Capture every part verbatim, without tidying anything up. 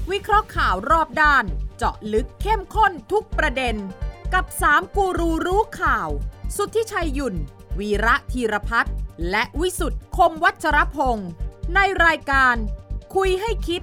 วิเคราะห์ข่าวรอบด้านเจาะลึกเข้มข้นทุกประเด็นกับสามกูรูรู้ข่าวสุทธิชัยหยุ่นวีระธีรพัฒน์และวิสุทธิ์คมวัชรพงศ์ในรายการคุยให้คิด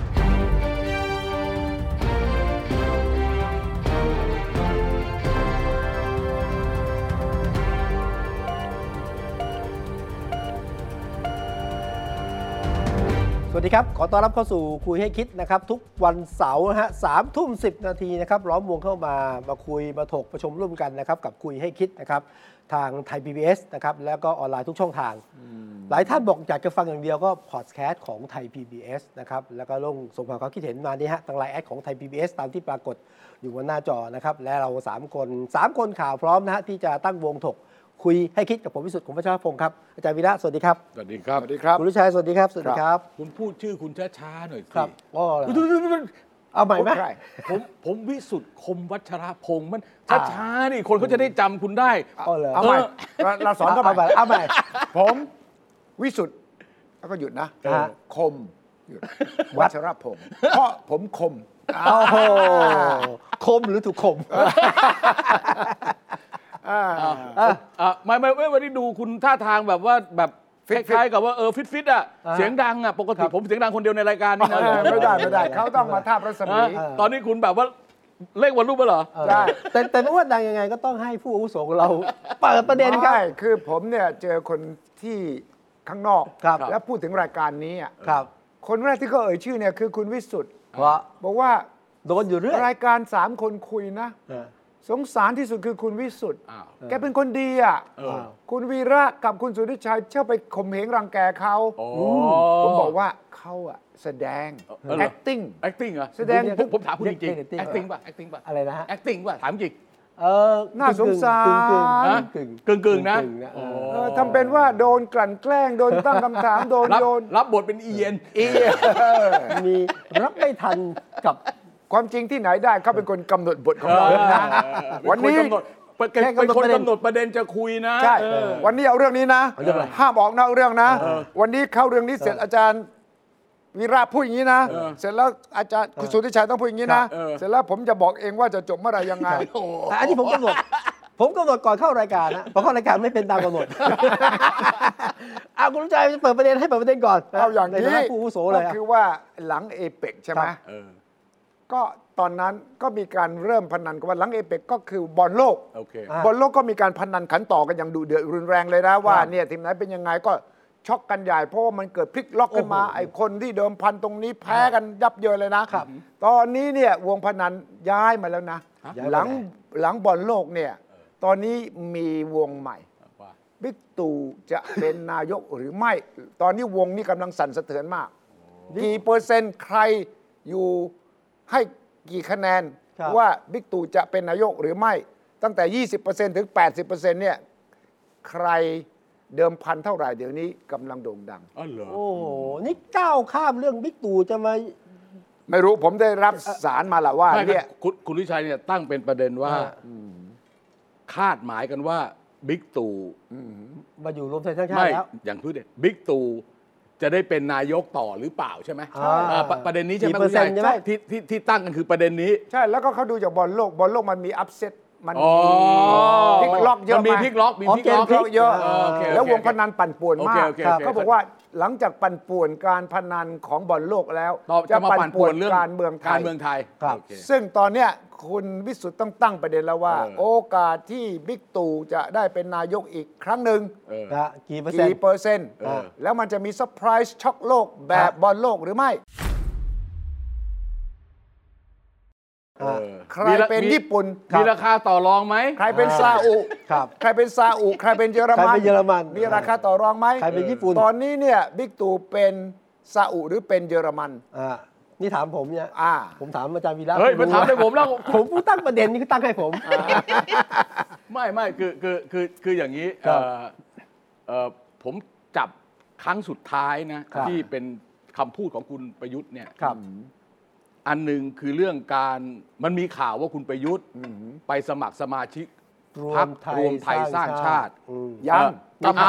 สวัสดีครับขอต้อนรับเข้าสู่คุยให้คิดนะครับทุกวันเสาร์นะฮะสามทุ่มสิบนาทีนะครับล้อมวงเข้ามามาคุยมาถกประชุมร่วมกันนะครับกับคุยให้คิดนะครับทางไทย พี บี เอส นะครับแล้วก็ออนไลน์ทุกช่องทางหลายท่านบอกอยากจะฟังอย่างเดียวก็พอดแคสต์ของไทย พี บี เอส นะครับแล้วก็ลงส่งความคิดเห็นมานี่ฮะทางไลน์แอดของไทย พี บี เอส ตามที่ปรากฏอยู่บนหน้าจอนะครับและเราสามคนสามคนข่าวพร้อมนะฮะที่จะตั้งวงถกคุยให้คิดกับผมวิสุทธิ์คมวัชรพงศ์ครับอาจารย์วีระสวัสดีครับสวัสดีครับสวัสดีครับคุณลุชัยสวัสดีครับสวัสดีครับคุณพูดชื่อคุณช้าๆหน่อยสิครับอ๋อเอาใหม่ไหมผมผมวิสุทธิ์คมวัชรพงศ์มันช้าๆนี่คนเขาจะได้จำคุณได้เอาใหม่เราสอนเข้าไปเอาใหม่ผมวิสุทธิ์แล้วก็หยุดนะคมหยุดวัชรพงศ์เพราะผมคมโอ้โหคมหรือถูกคมอ่าอ่าไม่ไม่ไม่วันนี้ดูคุณท่าทางแบบว่าแบบคล้ายๆกับว่าเออฟิตฟิตอ่ะเสียงดังอ่ะปกติผมเสียงดังคนเดียวในรายการนี่นะไม่ได้ไม่ได้เขาต้องมาท่าพระสมีตอนนี้คุณแบบว่าเล่งวันรูปเหรอได้แต่แต่ไม่ว่าดังยังไงก็ต้องให้ผู้อาวุโสของเราเปิดประเด็นครับคือผมเนี่ยเจอคนที่ข้างนอกแล้วพูดถึงรายการนี้อ่ะคนแรกที่เขาเอ่ยชื่อเนี่ยคือคุณวิสุทธิ์บอกว่าโดนอยู่เรื่อยรายการสามคนคุยนะสงสารที่สุดคือคุณวิสุทธิ์แกเป็นคนดีอ่ะคุณวีระกับคุณสุทธิชัยเชื่อไปข่มเหงรังแกเขาผมบอกว่าเขาอ่ะแสดง acting acting เหรอแสดงผมถามคุณจริงๆ acting ป่ะ acting ป่ะอะไรนะฮะ acting ป่ะถามจริงเออน่าสงสารกึ่งกึ่งกึ่งนะทำเป็นว่าโดนกลั่นแกล้งโดนตั้งคำถามโดนโยนรับบทเป็นอีเย็นอีมีรับไม่ทันกับความจริงที่ไหนได้เขาเป็นคนกำหนดบทของเรานะวันนี้เป็นคนกำหนดประเด็นจะคุยนะใช่วันนี้เอาเรื่องนี้นะห้ามออกนอกเรื่องนะวันนี้เข้าเรื่องนี้เสร็จอาจารย์วีระพูดอย่างนี้นะเสร็จแล้วอาจารย์คุณสุทธิชัยต้องพูดอย่างนี้นะเสร็จแล้วผมจะบอกเองว่าจะจบเมื่อไหร่ยังไงแต่อันนี้ผมกำหนดผมกำหนดก่อนเข้ารายการนะพอเข้ารายการไม่เป็นตามกำหนดเอาคุณลุชัยเปิดประเด็นให้เปิดประเด็นก่อนเอาอย่างนี้ผู้อาวุโสเลยก็คือว่าหลังเอเปกใช่ไหมก็ตอนนั้นก็มีการเริ่มพนันกันว่าหลังเอเปกก็คือบอลโลกบอลโลกก็มีการพนันขันต่อกันอย่างดุเดือดรุนแรงเลยนะว่าเนี่ยทีมไหนเป็นยังไงก็ช็อกกันใหญ่เพราะว่ามันเกิดพลิกล็อกขึ้นมาไอ้คนที่เดิมพันตรงนี้แพ้กันยับเยินเลยนะตอนนี้เนี่ยวงพนันย้ายมาแล้วนะหลังหลังบอลโลกเนี่ยตอนนี้มีวงใหม่บิ๊กตู่จะเป็นนายกหรือไม่ตอนนี้วงนี้กำลังสั่นสะเทือนมากกี่เปอร์เซ็นต์ใครอยู่ให้กี่คะแนนว่าบิ๊กตู่จะเป็นนายกหรือไม่ตั้งแต่ ยี่สิบเปอร์เซ็นต์ ถึง แปดสิบเปอร์เซ็นต์ เนี่ยใครเดิมพันเท่าไหร่เดี๋ยวนี้กำลังโด่งดังอ๋อเหรอโอ้โหนี่ก้าวข้ามเรื่องบิ๊กตู่จะมาไม่รู้ผมได้รับสารมาละว่าเนี่ยคุณวิชัยเนี่ยตั้งเป็นประเด็นว่าคาดหมายกันว่าบิ๊กตู่มาอยู่รวมไทยสร้างชาติแล้วอย่างพูดเนี่ยบิ๊กตู่จะได้เป็นนายกต่อหรือเปล่าใช่ไหมประเด็นนี้ใช่ไหมคุณชัยที่ที่ที่ตั้งกันคือประเด็นนี้ใช่แล้วก็เขาดูจากบอลโลกบอลโลกมันมีอัพเซตมันมีพลิกล็อกเยอะมีพลิกล็อกมีพลิกล็อกเยอะแล้ววงพนันปั่นป่วนมากเขาบอกว่าหลังจากปั่นป่วนการพนันของบอลโลกแล้วจะปั่นป่วนเรื่องการเมืองไทยการเมืองไทยซึ่งตอนเนี้ยคุณวิสุทธิ์ต้องตั้งประเด็นแล้วว่าโอกาสที่บิ๊กตู่จะได้เป็นนายกอีกครั้งหนึ่งกี่เปอร์เซ็นต์กี่เปอร์เซ็นต์แล้วมันจะมีเซอร์ไพรส์ช็อกโลกแบบบอลโลกหรือไม่ใครเป็นญี่ปุ่นมีราคาต่อรองไหมใครเป็นซาอุใครเป็นซาอุใครเป็นเยอรมันมีราคาต่อรองไหมใครเป็นญี่ปุ่นตอนนี้เนี่ยบิ๊กตู่เป็นซาอุหรือเป็นเยอรมันนี่ถามผมเนี่ยผมถามอาจารย์วีระเฮ้ยมาถามให้ผมแล้วผมผู้ตั้งประเด็นนี้คือตั้งให้ผมไม่ไม่คือคือคือคืออย่างนี้ผมจับครั้งสุดท้ายนะที่เป็นคำพูดของคุณประยุทธ์เนี่ยอันหนึ่งคือเรื่องการมันมีข่าวว่าคุณประยุทธ์ไปสมัครสมาชิกพรรครวมไทยสร้างชาติยังก็มา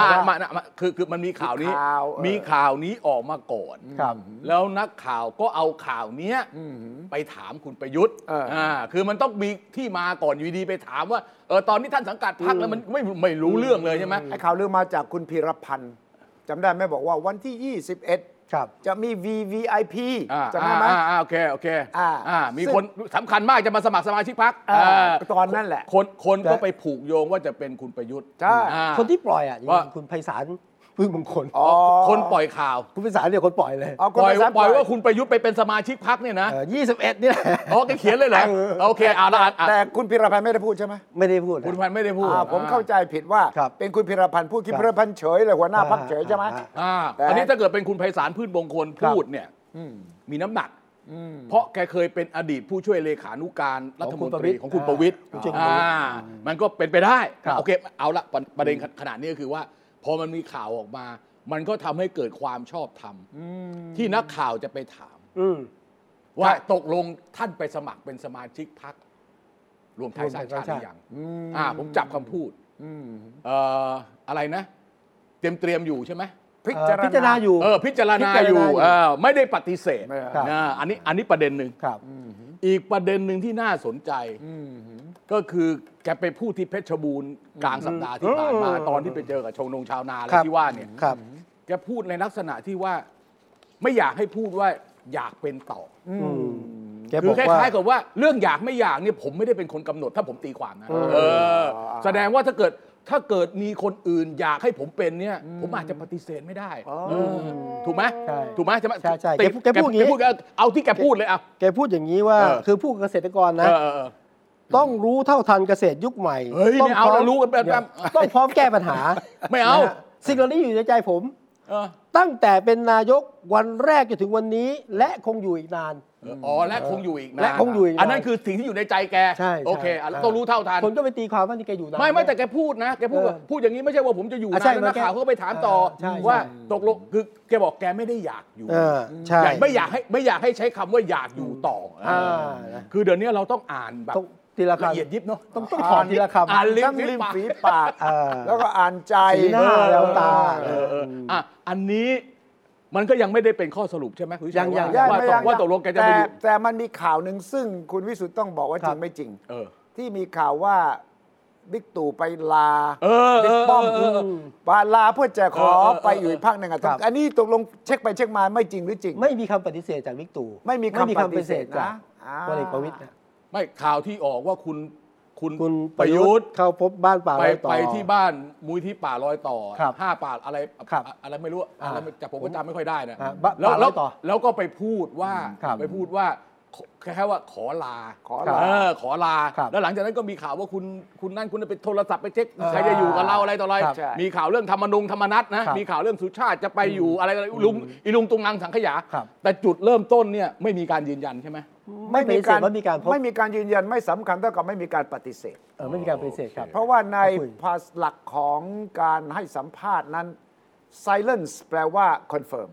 คือคือมันมีข่าวนี้มีข่าวนี้ออกมาก่อนแล้วนักข่าวก็เอาข่าวนี้ไปถามคุณประยุทธ์อ่าคือมันต้องมีที่มาก่อนอยู่ดีไปถามว่าเออตอนนี้ท่านสังกัดพรรคแล้วมันไม่ไม่รู้เรื่องเลยใช่ไหมไอ้ข่าวเรื่องมาจากคุณพีรพันธ์จำได้ไหมบอกว่าวันที่ยี่สิบเอ็ดจะมี วี วี ไอ พี จำได้ไหมโอเคโอเคมีคนสำคัญมากจะมาสมัครสมาชิกพรรคตอนนั้นแหละคนคนก็ไปผูกโยงว่าจะเป็นคุณประยุทธ์ใช่คนที่ปล่อยอ่ะคุณไพศาลพึ่งมงคลคนปล่อยข่าวคุณไพศาลเนี่ยคนปล่อยเลยปล่อยปล่อยว่าคุณประยุทธ์ไปเป็นสมาชิกพรรคเนี่ยนะยี่สิบเอ็ดนี่แหละอ๋อแกเขียนเลยเหรอโอเคเอาละแต่คุณพีรพันธ์ไม่ได้พูดใช่ไหมไม่ได้พูดคุณพีรพันธ์ไม่ได้พูดผมเข้าใจผิดว่าเป็นคุณพีรพันธ์พูดคุณพีรพันธ์เฉยเลยหัวหน้าพรรคเฉยใช่ไหมอันนี้ถ้าเกิดเป็นคุณไพศาลพืชมงคลพูดเนี่ยมีน้ำหนักเพราะแกเคยเป็นอดีตผู้ช่วยเลขานุการรัฐมนตรีของคุณประวิตรมันก็เป็นไปได้โอเคเอาละประเด็นขนาดนี้ก็คือว่าพอมันมีข่าวออกมามันก็ทำให้เกิดความชอบธรรมที่นักข่าวจะไปถามว่าตกลงท่านไปสมัครเป็นสมาชิกพรรครวมไทยสร้างชาติหรือยังอ่าผมจับคำพูดเอ่ออะไรนะเตรียมเตรียมอยู่ใช่ไหมพิจารณาอยู่เออพิจารณาอยู่ไม่ได้ปฏิเสธนะอันนี้อันนี้ประเด็นหนึ่งอีกประเด็นหนึ่งที่น่าสนใจก็คือแกไปพูดที่เพชรบูรณ์กลางสัปดาห์ที่ผ่านมาตอนที่ไปเจอกับชาวนาชาวนาอะไรที่ว่าเนี่ยแกพูดในลักษณะที่ว่าไม่อยากให้พูดว่าอยากเป็นต่อคือคล้ายๆกับว่าเรื่องอยากไม่อยากเนี่ยผมไม่ได้เป็นคนกำหนดถ้าผมตีความนะเออแสดงว่าถ้าเกิดถ้าเกิดมีคนอื่นอยากให้ผมเป็นเนี่ยผมอาจจะปฏิเสธไม่ได้ถูกไหมถูกไหมใช่ไหมใช่ใช่แกพูดอย่างนี้เอาที่แกพูดเลยอ่ะแกพูดอย่างนี้ว่าคือผู้เกษตรกรนะต้องรู้เท่าทันเกษตรยุคใหม่ต้องเอาเรารู้กันแบบต้องพร้อมแก้ปัญหาไม่เอาสิ่งเหล่านี้อยู่ในใจผมตั้งแต่เป็นนายกวันแรกจนถึงวันนี้และคงอยู่อีกนานอ๋อและคงอยู่อีกนานและคงอยู่อีกอันนั้นคือสิ่งที่อยู่ในใจแกโอเคต้องรู้เท่าทันคนก็ไปตีความว่านี่แกอยู่นานไม่ไม่แต่แกพูดนะแกพูดพูดอย่างนี้ไม่ใช่ว่าผมจะอยู่นานนักข่าวเขาก็ไปถามต่อว่าตกลงคือแกบอกแกไม่ได้อยากอยู่ไม่อยากให้ไม่อยากให้ใช้คำว่าอยากอยู่ต่อคือเดี๋ยวนี้เราต้องอ่านแบบละเอียดยิบเนาะต้องต้องถอนทีละคำอ่านลิ้มฝีปากแล้วก็อ่านใจหน้าแล้วตาอ่ะอันนี้มันก็ยังไม่ได้เป็นข้อสรุปใช่ไหมคุณยังยังว่าว่าตกลงแกจะไปอยู่แต่มันมีข่าวหนึ่งซึ่งคุณวิสุทธ์ต้องบอกว่าจริงไม่จริงที่มีข่าวว่าบิ๊กตู่ไปลาบิ๊กป้อมไปลาเพื่อจะขอไปอยู่อีกภาคหนึ่งอ่ะอันนี้ตกลงเช็คไปเช็คมาไม่จริงหรือจริงไม่มีคำปฏิเสธจากบิ๊กตู่ไม่มีคำปฏิเสธนะพลเอกประวิตรไม่ข่าวที่ออกว่าคุณคุณคุณประยุทธ์เข้าพบบ้านป่าลอยต่อไปที่บ้านมูลที่ป่าลอยต่อห้าป่าอะไรอะไรไม่รู้อะไรจากผมก็จำไม่ค่อยได้นะแล้วแล้วแล้วก็ไปพูดว่าไปพูดว่าแค่ว่าขอลาขอลาขอลาแล้วหลังจากนั้นก็มีข่าวว่าคุณคุณนั่นคุณไปโทรศัพท์ไปเช็คใครจะอยู่กับเราอะไรต่ออะไรมีข่าวเรื่องธรรมนุงธรรมนัสนะมีข่าวเรื่องสุชาติจะไปอยู่อะไรลุงอีลุงตุงนังสังขยาแต่จุดเริ่มต้นเนี่ยไม่มีการยืนยันใช่ไหมไม่มีการไม่มีการไม่มีการยืนยันไม่สำคัญเท่ากับไม่มีการปฏิเสธเออไม่มีการปฏิเสธครับเพราะว่าในภาษาหลักของการให้สัมภาษณ์นั้น silence แปลว่า confirm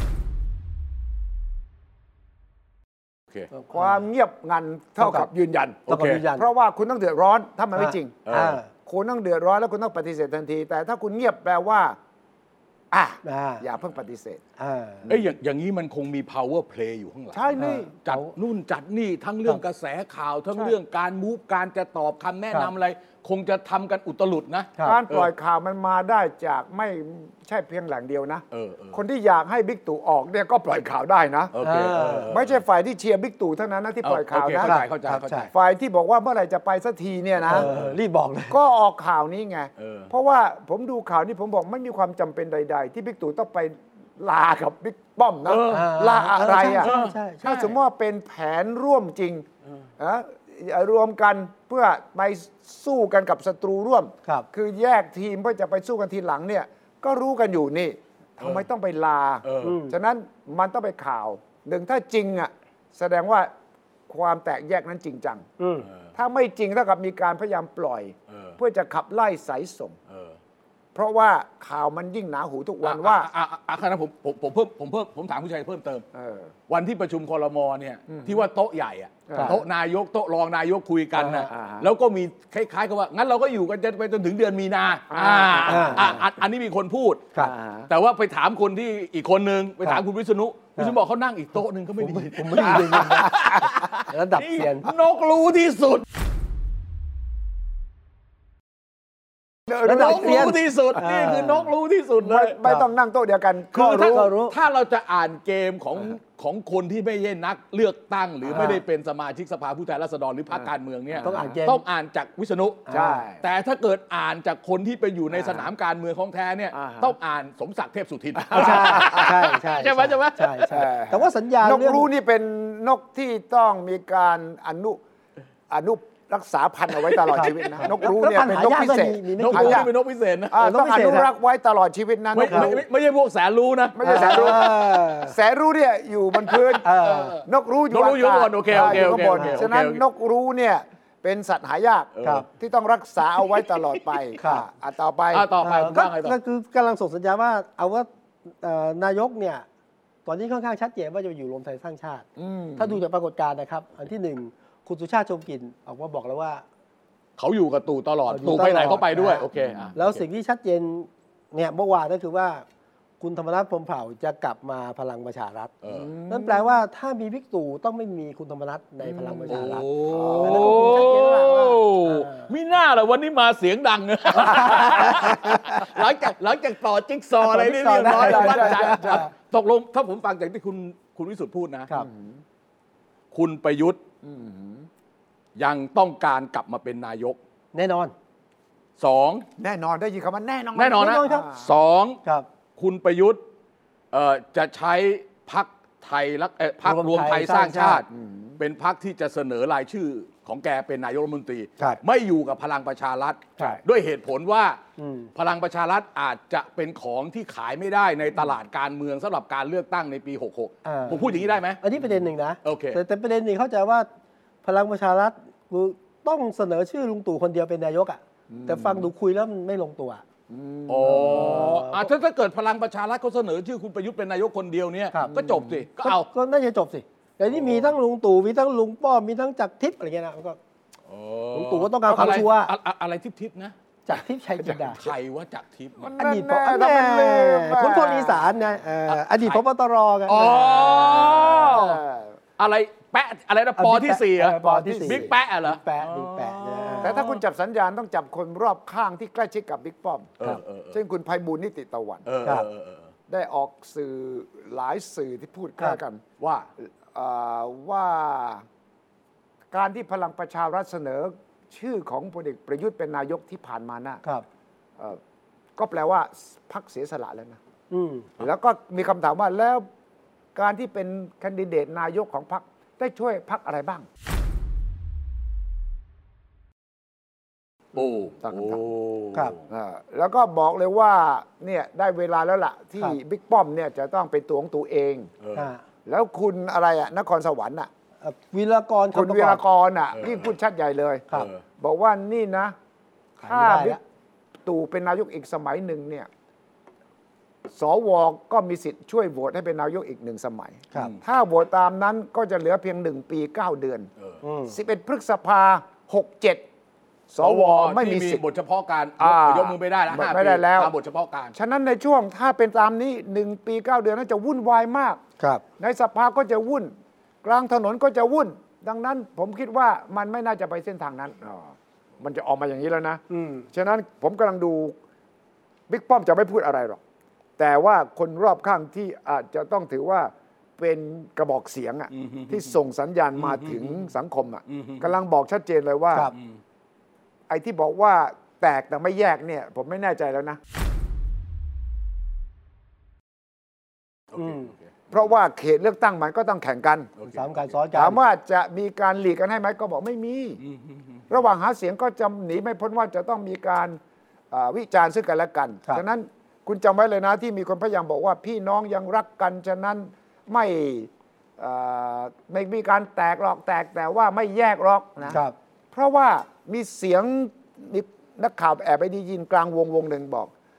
ความเงียบงันเท่ากับยืนยันเพราะว่าคุณต้องเดือดร้อนถ้ามันไม่จริงคุณต้องเดือดร้อนแล้วคุณต้องปฏิเสธทันทีแต่ถ้าคุณเงียบแปลว่าอ่ะอย่าเพิ่งปฏิเสธเอ้ยอย่างนี้มันคงมี power play อยู่ข้างหลังใช่นี่จัดนู่นจัดนี่ทั้งเรื่องกระแสข่าวทั้งเรื่องการมูฟการจะตอบคำแนะนำอะไรคงจะทำกันอุตลุดนะการปล่อยข่าวมันมาได้จากไม่ใช่เพียงแหล่งเดียวนะคนที่อยากให้บิ๊กตู่ออกเนี่ยก็ปล่อยข่าวได้นะไม่ใช่ฝ่ายที่เชียร์บิ๊กตู่เท่านั้นนะที่ปล่อยข่าวนะฝ่ายที่บอกว่าเมื่อไหร่จะไปสักทีเนี่ยนะรีบบอกเลยก็ออกข่าวนี้ไงเพราะว่าผมดูข่าวนี้ผมบอกไม่มีความจำเป็นใดๆที่บิ๊กตู่ต้องไปลากับบิ๊กป้อมนะลาอะไรอ่ะถ้าสมมติว่าเป็นแผนร่วมจริงนะรวมกันเพื่อไปสู้กันกับศัตรูร่วมคือแยกทีมเพื่อจะไปสู้กันทีหลังเนี่ยก็รู้กันอยู่นี่ทำไมต้องไปลาฉะนั้นมันต้องไปข่าวหนึ่งถ้าจริงอ่ะแสดงว่าความแตกแยกนั้นจริงจังถ้าไม่จริงเท่ากับมีการพยายามปล่อยเพื่อจะขับไล่สายส่งเพราะว่าข่าวมันยิ่งหนาหูทุกวันว่าอ่ะอ่ะคณะผมผมผมเพิ่มผมเพิ่มผมถามผู้ชายเพิ่มเติมวันที่ประชุมครม.เนี่ยที่ว่าโต๊ะใหญ่อะโต๊ะนายกโต๊ะรองนายกคุยกันนะแล้วก็มีคล้ายๆกับว่างั้นเราก็อยู่กันไปจนถึงเดือนมีนาอันนี้มีคนพูดแต่ว่าไปถามคนที่อีกคนนึงไปถามคุณวิษณุวิษณุบอกเขานั่งอีกโต๊ะนึงก็ไม่ดีผมไม่ได้ยินระดับเซียนนกรู้ที่สุดนกรู้ที่สุดนี่คือนกรู้ที่สุดเลยไม่ต้องนั่งโต๊ะเดียวกันคือถ้าถ้าเราจะอ่านเกมของของคนที่ไม่ใช่นักเลือกตั้งหรือไม่ได้เป็นสมาชิกสภาผู้แทนราษฎรหรือพรรคการเมืองเนี่ยต้องอ่านเกมต้องอ่านจากวิษณุใช่แต่ถ้าเกิดอ่านจากคนที่ไปอยู่ในสนามการเมืองของแท้เนี่ยต้องอ่านสมศักดิ์เทพสุทินใช่ใช่ใช่ใช่ไหมใช่ไหมใช่ใช่แต่ว่าสัญญาณนกรู้นี่เป็นนกที่ต้องมีการอนุอนุรักษาพันธุ์เอาไว้ตลอดชีวิตนะนกรู้เนี่ยเป็นนกพิเศษนกรู้เป็นนกพิเศษนะต้องอนุรักษ์ไว้ตลอดชีวิตนะไม่ไม่ใช่พวกแสนรู้นะไม่ใช่แสนรู้แสนรู้เนี่ยอยู่บนพื้นนกรู้อยู่บนโอเคโอเคโอเคฉะนั้นนกรู้เนี่ยเป็นสัตว์หายากที่ต้องรักษาเอาไว้ตลอดไปอ่ะต่อไปต่อไปก็คือกำลังส่งสัญญาณว่าเอาว่านายกเนี่ยตอนนี้ค่อนข้างชัดเจนว่าจะอยู่รวมไทยสร้างชาติถ้าดูจากปรากฏการณ์นะครับอันที่หนึ่งคุณสุชาติชมกลิ่นออกมาบอกแล้วว่าเขาอยู่กับตู่ตลอดตู่ไปไหนเขาไปด้วยโอเคแล้วสิ่งที่ชัดเจนเนี่ยเมื่อวานก็คือว่าคุณธรรมนัสพรหมเผ่าจะกลับมาพลังประชารัฐนั่นแปลว่าถ้ามีบิ๊กตู่ต้องไม่มีคุณธรรมนัสในพลังประชารัฐนั่นก็ชัดเจนแล้วว่ามีหน้าเหรอวันนี้มาเสียงดังหลังจากหลังจากต่อจิ๊กซออะไรนี่เรียบร้อยแล้วมั่นใจตกลงถ้าผมฟังจากที่คุณคุณวิสุทธิ์พูดนะคุณประยุทธ์ยังต้องการกลับมาเป็นนายกแน่นอนสองแน่นอนได้ยินคำว่าแน่นอนแน่นอนนะสองคุณประยุทธ์จะใช้พรรคไทยรักพรรครวมไทยสร้างชาติเป็นพรรคที่จะเสนอรายชื่อของแกเป็นนายกรัฐมนตรีไม่อยู่กับพลังประชารัฐด้วยเหตุผลว่าพลังประชารัฐอาจจะเป็นของที่ขายไม่ได้ในตลาดการเมืองสำหรับการเลือกตั้งในปีหกหกผมพูดอย่างนี้ได้ไหมอันนี้ประเด็นหนึ่งนะโอเคแต่ประเด็นหนึ่งเข้าใจว่าพลังประชารัฐต้องเสนอชื่อลุงตู่คนเดียวเป็นนายกอ่ะแต่ฟังดูคุยแล้วมันไม่ลงตัวอ๋อถ้าถ้าเกิดพลังประชารัฐเขาเสนอชื่อคุณประยุทธ์เป็นนายกคนเดียวเนี่ยก็จบสิก็เอาก็น่าจะจบสิแต่นี่มีทั้งลุงตู่มีทั้งลุงป้อมมีทั้งจักรทิพย์อะไรเงี้ยนะก็ลุงตู่ก็ต้องการความชัวร์อะไรทิพย์นะจักรทิพย์ชัยจินดาใครว่าจักรทิพย์อดีตพบตรคนคนอีสานนะอดีตพบตรกันอ๋ออะไรแปะอะไรนะปอที่สี่อะปอที่สี่บิ๊กแปะเหรอแปะบิ๊กแปะแต่ถ้าคุณจับสัญญาณต้องจับคนรอบข้างที่ใกล้ชิดกับบิ๊กป้อมเช่นคุณไพบูลย์นิติตะวันได้ออกสื่อหลายสื่อที่พูดคล้ายกันว่าว่าการที่พลังประชารัฐเสนอชื่อของพลเอกประยุทธ์เป็นนายกที่ผ่านมาน่ะก็แปลว่าพรรคเสียสละแล้วนะแล้วก็มีคำถามว่าแล้วการที่เป็นแคนดิเดตนายกของพรรคได้ช่วยพรรคอะไรบ้างโอ้ตั้งคำถามครับแล้วก็บอกเลยว่าเนี่ยได้เวลาแล้วล่ะที่บิ๊กป้อมเนี่ยจะต้องเป็นตัวของตัวเองแล้วคุณอะไรอ่ะนครสวรรค์อ่ะวีรกรคุณวีรกรอ่ะนี่พูดชัดใหญ่เลยบอกว่านี่นะถ้าบิ๊กตู่เป็นนายกอีกสมัยหนึ่งเนี่ยสวก็มีสิทธิ์ช่วยโหวตให้เป็นนายกอีกหนึ่งสมัยถ้าโหวตตามนั้นก็จะเหลือเพียงหนึ่งปีเก้าเดือนสิบเอ็ดพฤษภาหกเจ็ดสวไม่มีสิทธิ์บทเฉพาะการยกมือไม่ได้แล้วไม่ได้แล้วตามบทเฉพาะการฉะนั้นในช่วงถ้าเป็นตามนี้หนึ่งปีเก้าเดือนนั้นจะวุ่นวายมากในสภาก็จะวุ่นกลางถนนก็จะวุ่นดังนั้นผมคิดว่ามันไม่น่าจะไปเส้นทางนั้นมันจะออกมาอย่างนี้แล้วนะฉะนั้นผมกำลังดูบิ๊กป้อมจะไม่พูดอะไรหรอกแต่ว่าคนรอบข้างที่อาจจะต้องถือว่าเป็นกระบอกเสียงอ่ะที่ส่งสัญญาณมาถึงสังคมอ่ะกำลังบอกชัดเจนเลยว่าไอ้ที่บอกว่าแตกแต่ไม่แยกเนี่ยผมไม่แน่ใจแล้วนะเพราะว่าเขตเลือกตั้งมันก็ต้องแข่งกันสามการซ้อนกันถามว่าจะมีการหลีกกันให้ไหมก็บอกไม่มีระหว่างหาเสียงก็จะหนีไม่พ้นว่าจะต้องมีการวิจารณ์ซึ่งกันและกันฉะนั้นคุณจำไว้เลยนะที่มีคนพยายามบอกว่าพี่น้องยังรักกันฉะนั้นไม่ไม่มีการแตกหรอกแตกแต่ว่าไม่แยกหรอกนะเพราะว่ามีเสียงนักข่าวแอบไปได้ยินกลางวงวงหนึ่งบอก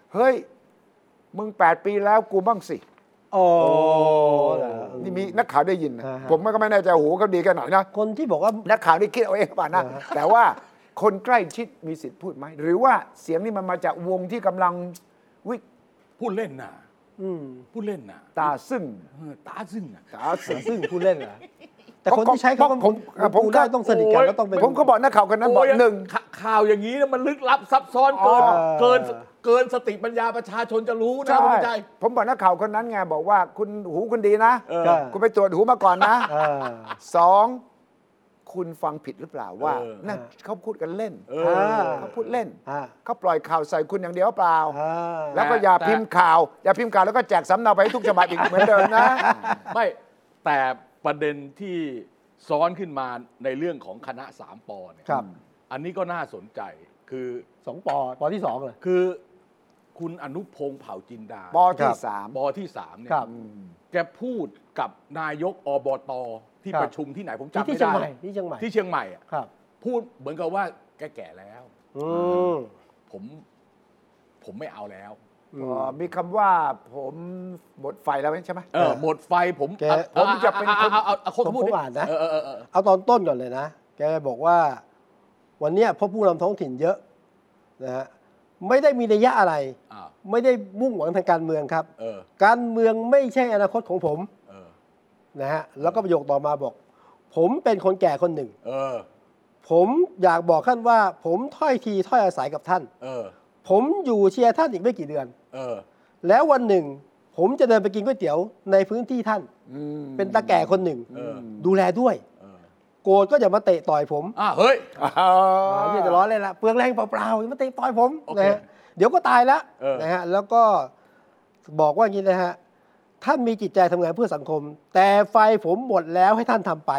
เฮ้ยมึงแปดปีแล้วกูบ้างสิโอ้นี่มีนักข่าวได้ยินนะผมก็ไม่แน่ใจโอ้โหเขาดีกันหน่อยนะคนที่บอกว่านักข่าวนี่คิดเอาเองป่ะนะแต่ว่าคนใกล้ชิดมีสิทธิ์พูดไหมหรือว่าเสียงนี่มันมาจากวงที่กำลังวิพูดเล่นน่ะพูดเล่นน่ะตาซึ่งตาซึ่งตาซึ่งพูดเล่นเหรอแต่คนที่ใช้คำว่าผมผมก็ต้องสนิทกันแล้วต้องเป็นผมก็บอกนักข่าวคนนั้นบอกหนึ่งข่าวอย่างนี้มันลึกลับซับซ้อนเกินเกินเกินสติปัญญาประชาชนจะรู้นะคุณใจผมบอกนักข่าวคนนั้นไงบอกว่าคุณหูคุณดีนะคุณไปตรวจหูมาก่อนนะสองคุณฟังผิดหรือเปล่าว่านั่นเขาพูดกันเล่นเขาพูดเล่นเขาปล่อยข่าวใส่คุณอย่างเดียวเปล่าแล้วก็อย่าพิมพ์ข่าวอย่าพิมพ์ข่าวแล้วก็แจกสำเนาไปให้ทุกฉบับอีกเหมือนเดิมนะไม่แต่ประเด็นที่ซ้อนขึ้นมาในเรื่องของคณะสามปอเนี่ยอันนี้ก็น่าสนใจคือสองปอปอที่สองเลยคือคุณอนุพงษ์เผ่าจินดาปอที่สามปอที่สามเนี่ยแกพูดกับนายกอบต.ที่ประชุมที่ไหนผมจำไม่ได้ที่เชียงใหม่ที่เชียงใหม่อ่ะพูดเหมือนกับว่าแกแก่แล้วผมผมไม่เอาแล้วมีคำว่าผมหมดไฟแล้วใช่ไหมเออหมดไฟผมผมจะเป็นคนเอาเอาคนพูดอ่านนะเอาตอนต้นก่อนเลยนะแกบอกว่าวันนี้พบผู้นำท้องถิ่นเยอะนะฮะไม่ได้มีนัยยะอะไรไม่ได้มุ่งหวังทางการเมืองครับการเมืองไม่ใช่อนาคตของผมนะฮะแล้วก็ประโยคต่อมาบอกผมเป็นคนแก่คนหนึ่งผมอยากบอกท่านว่าผมถ้อยทีถ้อยอาศัยกับท่านผมอยู่เชียร์ท่านอีกไม่กี่เดือนแล้ววันหนึ่งผมจะเดินไปกินก๋วยเตี๋ยวในพื้นที่ท่านเป็นตาแก่คนหนึ่งดูแลด้วยโกรธก็อย่ามาเตะต่อยผมอ่าเฮ้ยนี่จะร้อนเลยละเปลืองแรงเปล่าๆอย่ามาเตะต่อยผมนะฮะเดี๋ยวก็ตายแล้วนะฮะแล้วก็บอกว่าอย่างนี้นะฮะท่านมีจิตใจทำงานเพื่อสังคมแต่ไฟผมหมดแล้วให้ท่านทำไป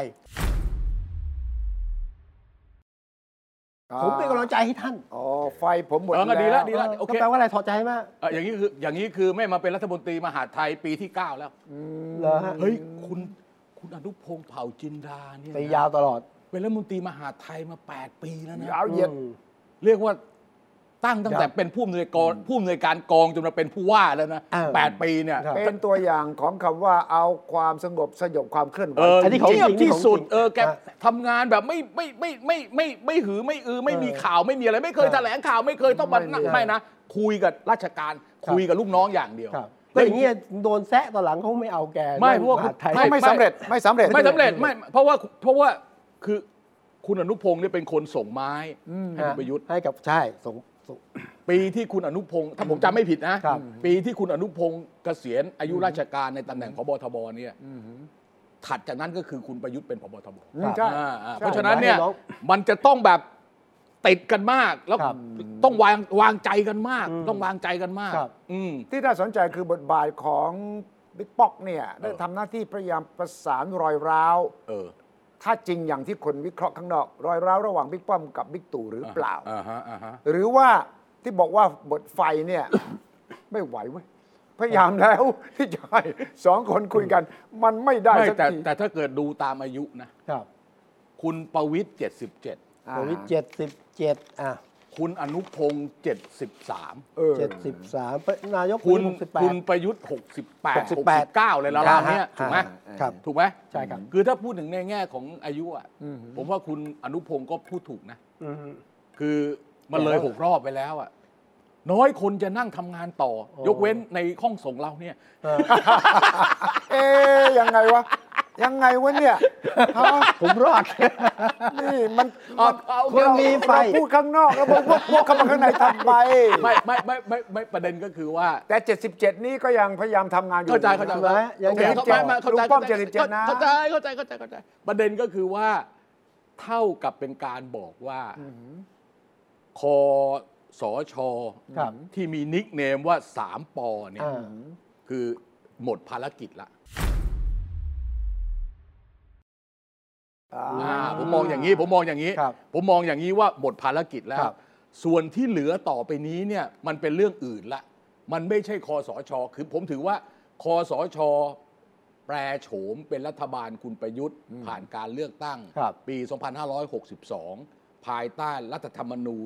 ผมเป็นกำลังใจให้ท่านอ๋อไฟผมหมดแล้วดีแล้วดีแล้วโอเคแปลว่าอะไรถอดใจมากอย่างนี้คืออย่างนี้คือไม่มาเป็นรัฐมนตรีมหาดไทยปีที่เก้าแล้วเหรอฮะเฮ้ยคุณคุณอนุพงษ์เผ่าจินดาเนี่ยไปยาวตลอดเป็นรัฐมนตรีมหาดไทยมาแปดปีแล้วนะยาวเหยียดเรียกว่าตั้งตั้งแต่เป็นผู้อำนวยการผู้อำนวยการกองจนมาเป็นผู้ว่าแล้วนะแปดปีเนี่ยเป็นตัวอย่างของคำว่าเอาความสงบสยบความเคลื่อนไหวอันนี้เทียบที่สุดเออแกทำงานแบบไม่ไม่ไม่ไม่ไม่ไม่หือไม่อือไม่มีข่าวไม่มีอะไรไม่เคยแถลงข่าวไม่เคยต้องมาไม่นะคุยกับราชการคุยกับลูกน้องอย่างเดียวก็อย่างเงี้ยโดนแซะตอนหลังเขาไม่เอาแกไม่เพราะว่าไม่สำเร็จไม่สำเร็จไม่สำเร็จไม่เพราะว่าเพราะว่าคือคุณอนุพงษ์เนี่ยเป็นคนส่งไม้ให้คุณประยุทธ์ให้กับใช่ส่งปีที่คุณอนุพงศ์ถ้าผมจำไม่ผิดนะปีที่คุณอนุพงศ์เกษียณอายุราชการในตำแหน่งผบ.ทบ.เนี่ยถัดจากนั้นก็คือคุณประยุทธ์เป็นผบ.ทบ.เพราะฉะนั้นเนี่ยมันจะต้องแบบติดกันมากแล้วต้องวางวางใจกันมากต้องวางใจกันมากที่น่าสนใจคือบทบาทของบิ๊กป๊อกเนี่ยได้ทำหน้าที่พยายามประสานรอยร้าวถ้าจริงอย่างที่คนวิเคราะห์ข้างนอกรอยร้าวระหว่างบิ๊กป้อมกับบิ๊กตู่หรือเปล่าหรือว่าที่บอกว่าบทไฟเนี่ย ไม่ไหวเว้ยพยายามแล้วที่จะให้สองคนคุยกันมันไม่ได้สักทีแต่ถ้าเกิดดูตามอายุนะครับคุณประวิตรเจ็ดสิบเจ็ดประวิตรเจ็ดสิบเจ็ดอ่ะคุณอนุพงษ์เจ็ดสิบสามเออเจ็ดสิบสามนายกคุณคุณประยุทธ์หกสิบแปด หกสิบเก้าเลยละล่ะเนี่ยถูกไหมครับถูกไหมใช่ครับคือถ้าพูดถึงในแง่ของอายุอ่ะผมว่าคุณอนุพงษ์ก็พูดถูกนะคือมันเลยหกรอบไปแล้วอ่ะน้อยคนจะนั่งทำงานต่อยกเว้นในห้องส่งเราเนี่ยเอ๊ยยังไงวะยังไงวะเนี่ยผมรอดนี่มันคนมีไฟพูดข้างนอกแล้วพวกพวกเข้ามาข้างในทำไปไม่ไม่ไม่ไม่ไม่ประเด็นก็คือว่าแต่เจ็ดสิบเจ็ดนี้ก็ยังพยายามทำงานอยู่เข้าใจเข้าใจไหมยังเจ็ดสิบเจ็ดเข้าใจเข้าใจเข้าใจเข้าใจเข้าใจเข้าใจประเด็นก็คือว่าเท่ากับเป็นการบอกว่าคสช.ที่มีนิกเนมว่าสามปอเนี่ยคือหมดภารกิจละผมมองอย่างนี้ผมมองอย่างนี้ผมมองอย่างนี้ว่าหมดภารกิจแล้วส่วนที่เหลือต่อไปนี้เนี่ยมันเป็นเรื่องอื่นละมันไม่ใช่คสช.คือผมถือว่าคสช.แปรโฉมเป็นรัฐบาลคุณประยุทธ์ผ่านการเลือกตั้งปีสองพันห้าร้อยหกสิบสองภายใต้รัฐธรรมนูญ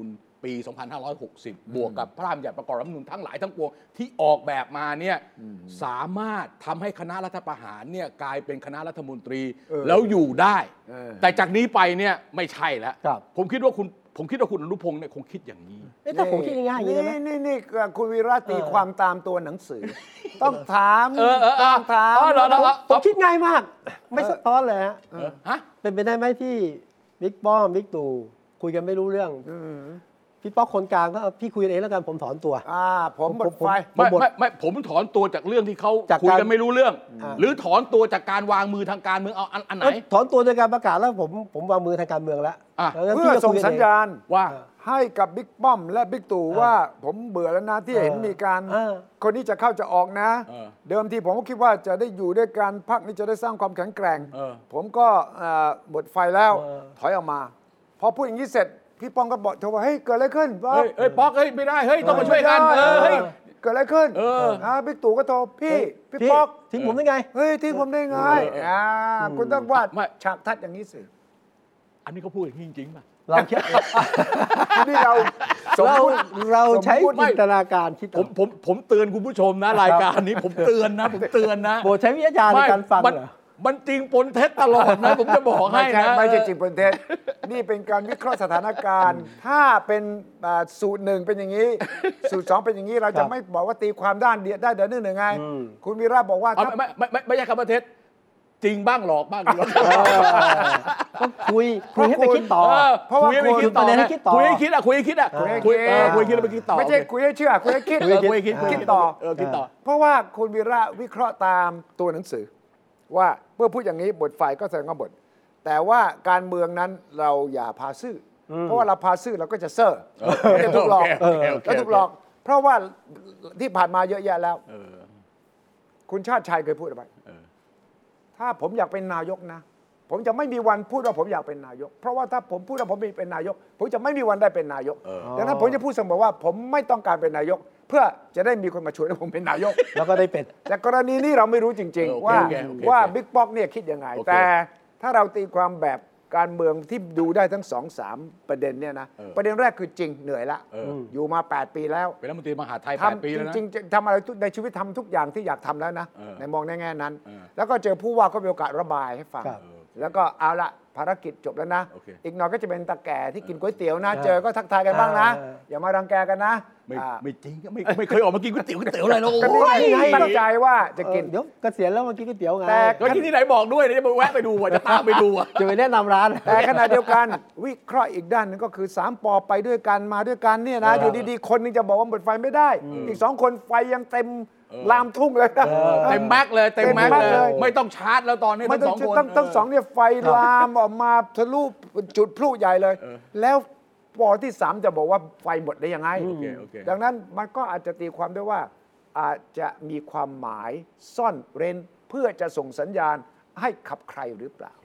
ปี สองพันห้าร้อยหกสิบ บวกกับพระราชบัญญัติประกอบรัฐธรรมนูญทั้งหลายทั้งปวงที่ออกแบบมาเนี่ยสามารถทำให้คณะรัฐประหารเนี่ยกลายเป็นคณะรัฐมนตรีแล้วอยู่ได้แต่จากนี้ไปเนี่ยไม่ใช่แล้วผมคิดว่าคุณผมคิดว่าคุณอนุพงศ์เนี่ยคงคิดอย่างนี้ถ้าผมคิดง่ายๆอย่างนี้ได้ไหมนี่นี่คุณวีระตีความตามตัวหนังสือต้องถามต้องถามผมคิดง่ายมากไม่ซับซ้อนเลยฮะเป็นไปได้ไหมที่บิ๊กป้อมบิ๊กตู่คุยกันไม่รู้เรื่องพี่ป๊อกคนกลางก็พี่คุยกันเองแล้วกันผมถอนตัวอ่าผมหมดไฟไม่ไม่ไม่ผมถอนตัวจากเรื่องที่เขาคุยกันไม่รู้เรื่องหรือถอนตัวจากการวางมือทางการเมืองเอาอันไหนถอนตัวจากการประกาศแล้วผมผมวางมือทางการเมืองแล้วเพื่อส่งสัญญาณว่าให้กับบิ๊กป้อมและบิ๊กตู่ว่าผมเบื่อแล้วนะที่เห็นมีการคนนี้จะเข้าจะออกนะเดิมทีผมก็คิดว่าจะได้อยู่ด้วยกันพรรคนี้จะได้สร้างความแข็งแกร่งผมก็หมดไฟแล้วถอยออกมาพอพูดอย่างนี้เสร็จพี่ป้องก็บอกเธอว่าเฮ้ยเกิดอะไรขึ้นป๊อกเฮ้ยป๊อกเฮ้ยไม่ได้เฮ้ยต้องมาช่วยกันเฮ้ยเกิดอะไรขึ้นอ่าบิ๊กตู่ก็โทรพี่พี่ป๊อกทิ้งผมได้ไงเฮ้ยทิ้งผมได้ไงอ่าคุณต้องวาดฉากทัดอย่างนี้สิอันนี้เขาพูดอย่างนี้จริงๆป่ะเราคิดนี่เราเราเราใช้จินตนาการคิดผมผมผมเตือนคุณผู้ชมนะรายการนี้ผมเตือนนะผมเตือนนะโปรดใช้วิทยาศาสตร์ในการฟังเหรอมันจริงปนเท็จตลอดนะผมจะบอกให้นะไม่ใช่จริงปนเท็จนี่เป็นการวิเคราะห์สถานการณ์ถ้าเป็นสูตรหนึ่งเป็นอย่างนี้สูตรสองเป็นอย่างนี้เราจะไม่บอกว่าตีความด้านเดียวได้เดี๋ยวนึงหนึ่งไงคุณวีระบอกว่าไม่ไม่ไม่ไม่ใช่คำว่าเท็จจริงบ้างหลอกบ้างก็คุยคุยให้ไปคิดต่อเพราะว่าคุยให้คิดต่อคุยให้คิดอ่ะคุยให้คิดอ่ะคุยคุยคิดแล้วไปคิดต่อไม่ใช่คุยให้เชื่อคุยให้คิดคุยคิดคิดต่อคิดต่อเพราะว่าคุณวีระวิเคราะห์ตามตัวหนังสือว่าเมื่อพูดอย่างนี้บทฝ่ายก็แสดงว่าบทแต่ว่าการเมืองนั้นเราอย่าพาซื่อเพราะว่าเราพาซื่อเราก็จะเซ่อจะถูกหลอกก็ถูกหลอกเพราะว่าที่ผ่านมาเยอะแยะแล้วคุณชาติชัยเคยพูดอะไรถ้าผมอยากเป็นนายกนะผมจะไม่มีวันพูดว่าผมอยากเป็นนายกเพราะว่าถ้าผมพูดว่าผมเป็นนายกผมจะไม่มีวันได้เป็นนายกดังนั้นผมจะพูดเสมอว่าผมไม่ต้องการเป็นนายกเพื่อจะได้มีคนมาชวนให้ผมเป็นนายกแล้วก็ได้เป็นแต่กรณีนี้เราไม่รู้จริงๆว่าว่าบิ๊กป๊อกเนี่ยคิดยังไงแต่ถ้าเราตีความแบบการเมืองที่ดูได้ทั้ง สองสาม ประเด็นเนี่ยนะประเด็นแรกคือจริงเหนื่อยละอยู่มาแปดปีแล้วเป็นรัฐมนตรีมหาดไทยแปดปีแล้วนะจริงๆทำอะไรในชีวิตทำทุกอย่างที่อยากทำแล้วนะในมองในแง่นั้นแล้วก็เจอผู้ว่าก็มีโอกาสระบายให้ฟังแล้วก็เอาละภารกิจจบแล้วนะ okay. อีกหน่อยก็จะเป็นตาแก่ที่กินก๋วยเตี๋ยวนะเจอก็ทักทายกันบ้างนะอย่ามารังแกกันนะไม่ไม่จริงไม่ไม่เคยออกมากินก๋วยเตี๋ยวก๋วยเตี๋ยวอะไรหรอกตั้งใจว่าจะกินเดี๋ยวเกษียณแล้วมากินก๋วยเตี๋ยวไงแต่ก็ที่ไหนบอกด้วยจะไปแวะไปดูว่าจะตามไปดูจะไปแนะนำร้านแต่ขณะเดียวกันวิเคราะห์อีกด้านนึงก็คือสามปอไปด้วยกันมาด้วยกันเนี่ยนะอยู่ดีๆคนนึงจะบอกว่าหมดไฟไม่ได้อีกสองคนไฟยังเต็มลามทุ่งเลยเต็มแม็กเลยเต็มแม็กเลยไม่ต้องชาร์จแล้วตอนนี้ทั้งสองคนทั้งสองเนี่ยไฟลามออกมาทะลุจุดพลุใหญ่เลยแล้วปอที่สามจะบอกว่าไฟหมดได้ยังไงดังนั้นมันก็อาจจะตีความได้ว่าอาจจะมีความหมายซ่อนเร้นเพื่อจะส่งสัญญาณให้ขับใครหรือเปล่า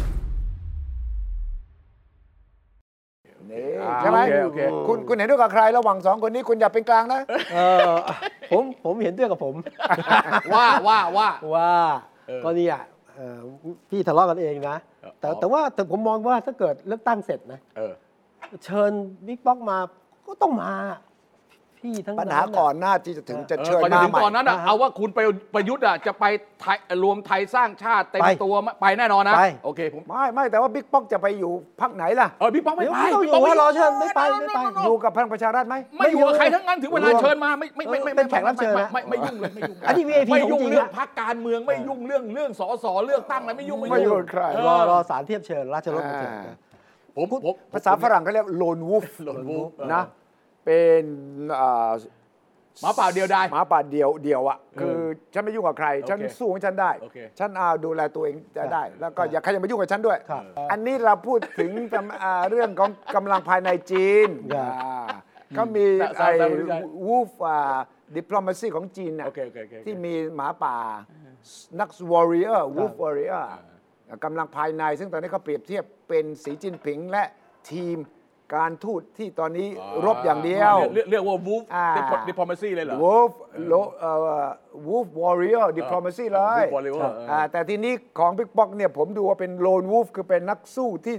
ใช่ไหมคุณคุณเห็นด้วยกับใครระหว่างสองคนนี้คุณอย่าเป็นกลางนะผมผมเห็นด้วยกับผมว่าว่าว่าว่าก็นี่อ่ะพี่ทะเลาะกันเองนะแต่แต่ว่าแต่ผมมองว่าถ้าเกิดเลือกตั้งเสร็จนะเชิญบิ๊กป๊อกมาก็ต้องมาพี่ทั้งปัญหาก่อนหน้าที่จะถึงจะเชิญมาใหม่ตอนนั้นเอาว่าคุณไปประยุทธ์อ่ะจะไปรวมไทยสร้างชาติเต็มตัวไปแน่นอนนะโอเคผมไม่ไม่แต่ว่าบิ๊กป๊อกจะไปอยู่พรรคไหนล่ะเออบิ๊กป๊อกไม่ไปบิ๊กป๊อกไม่รอเชิญไม่ไปไม่ไปอยู่กับพลังประชารัฐไหมไม่อยู่กับใครทั้งนั้นถึงเวลาเชิญมาไม่ไม่ไม่ไม่เป็นแขกรับเชิญไม่ไม่ยุ่งเลยไม่ยุ่งอันนี้ วี ไอ พีไม่ยุ่งเรื่องพรรคการเมืองไม่ยุ่งเรื่องเรื่องสสเลือกตั้งอะไรไม่ยุ่งไม่ยุ่งใครรอรอศาลเทียบเชิญราชรถมาเชิญผมภาษาฝรั่งเขาเรียกโลนวูฟโลนวูฟนะเป็นหมาป่าเดียวได้หมาป่าเดียวเดียวอ่ะคือฉันไม่ยุ่งกับใครฉันสู้ของฉันได้ฉันเอาดูแลตัวเองจะได้แล้วก็อย่าใครจะมายุ่งกับฉันด้วยอันนี้เราพูดถึงเรื่องของกำลังภายในจีนก็มีไอ้วูฟดิปโลมาซีของจีนน่ะที่มีหมาป่านักวอริเออร์วูฟวอริเออร์กำลังภายในซึ่งตอนนี้เขาเปรียบเทียบเป็นสีจิ้นผิงและทีมการทูตที่ตอนนี้รบอย่างเดียวเรียกว่า Wolf Diplomacy เลยเหรอ Wolf Wolf Warrior Diplomacy เลยแต่ทีนี้ของบิ๊กป๊อกเนี่ยผมดูว่าเป็น Lone Wolf คือเป็นนักสู้ที่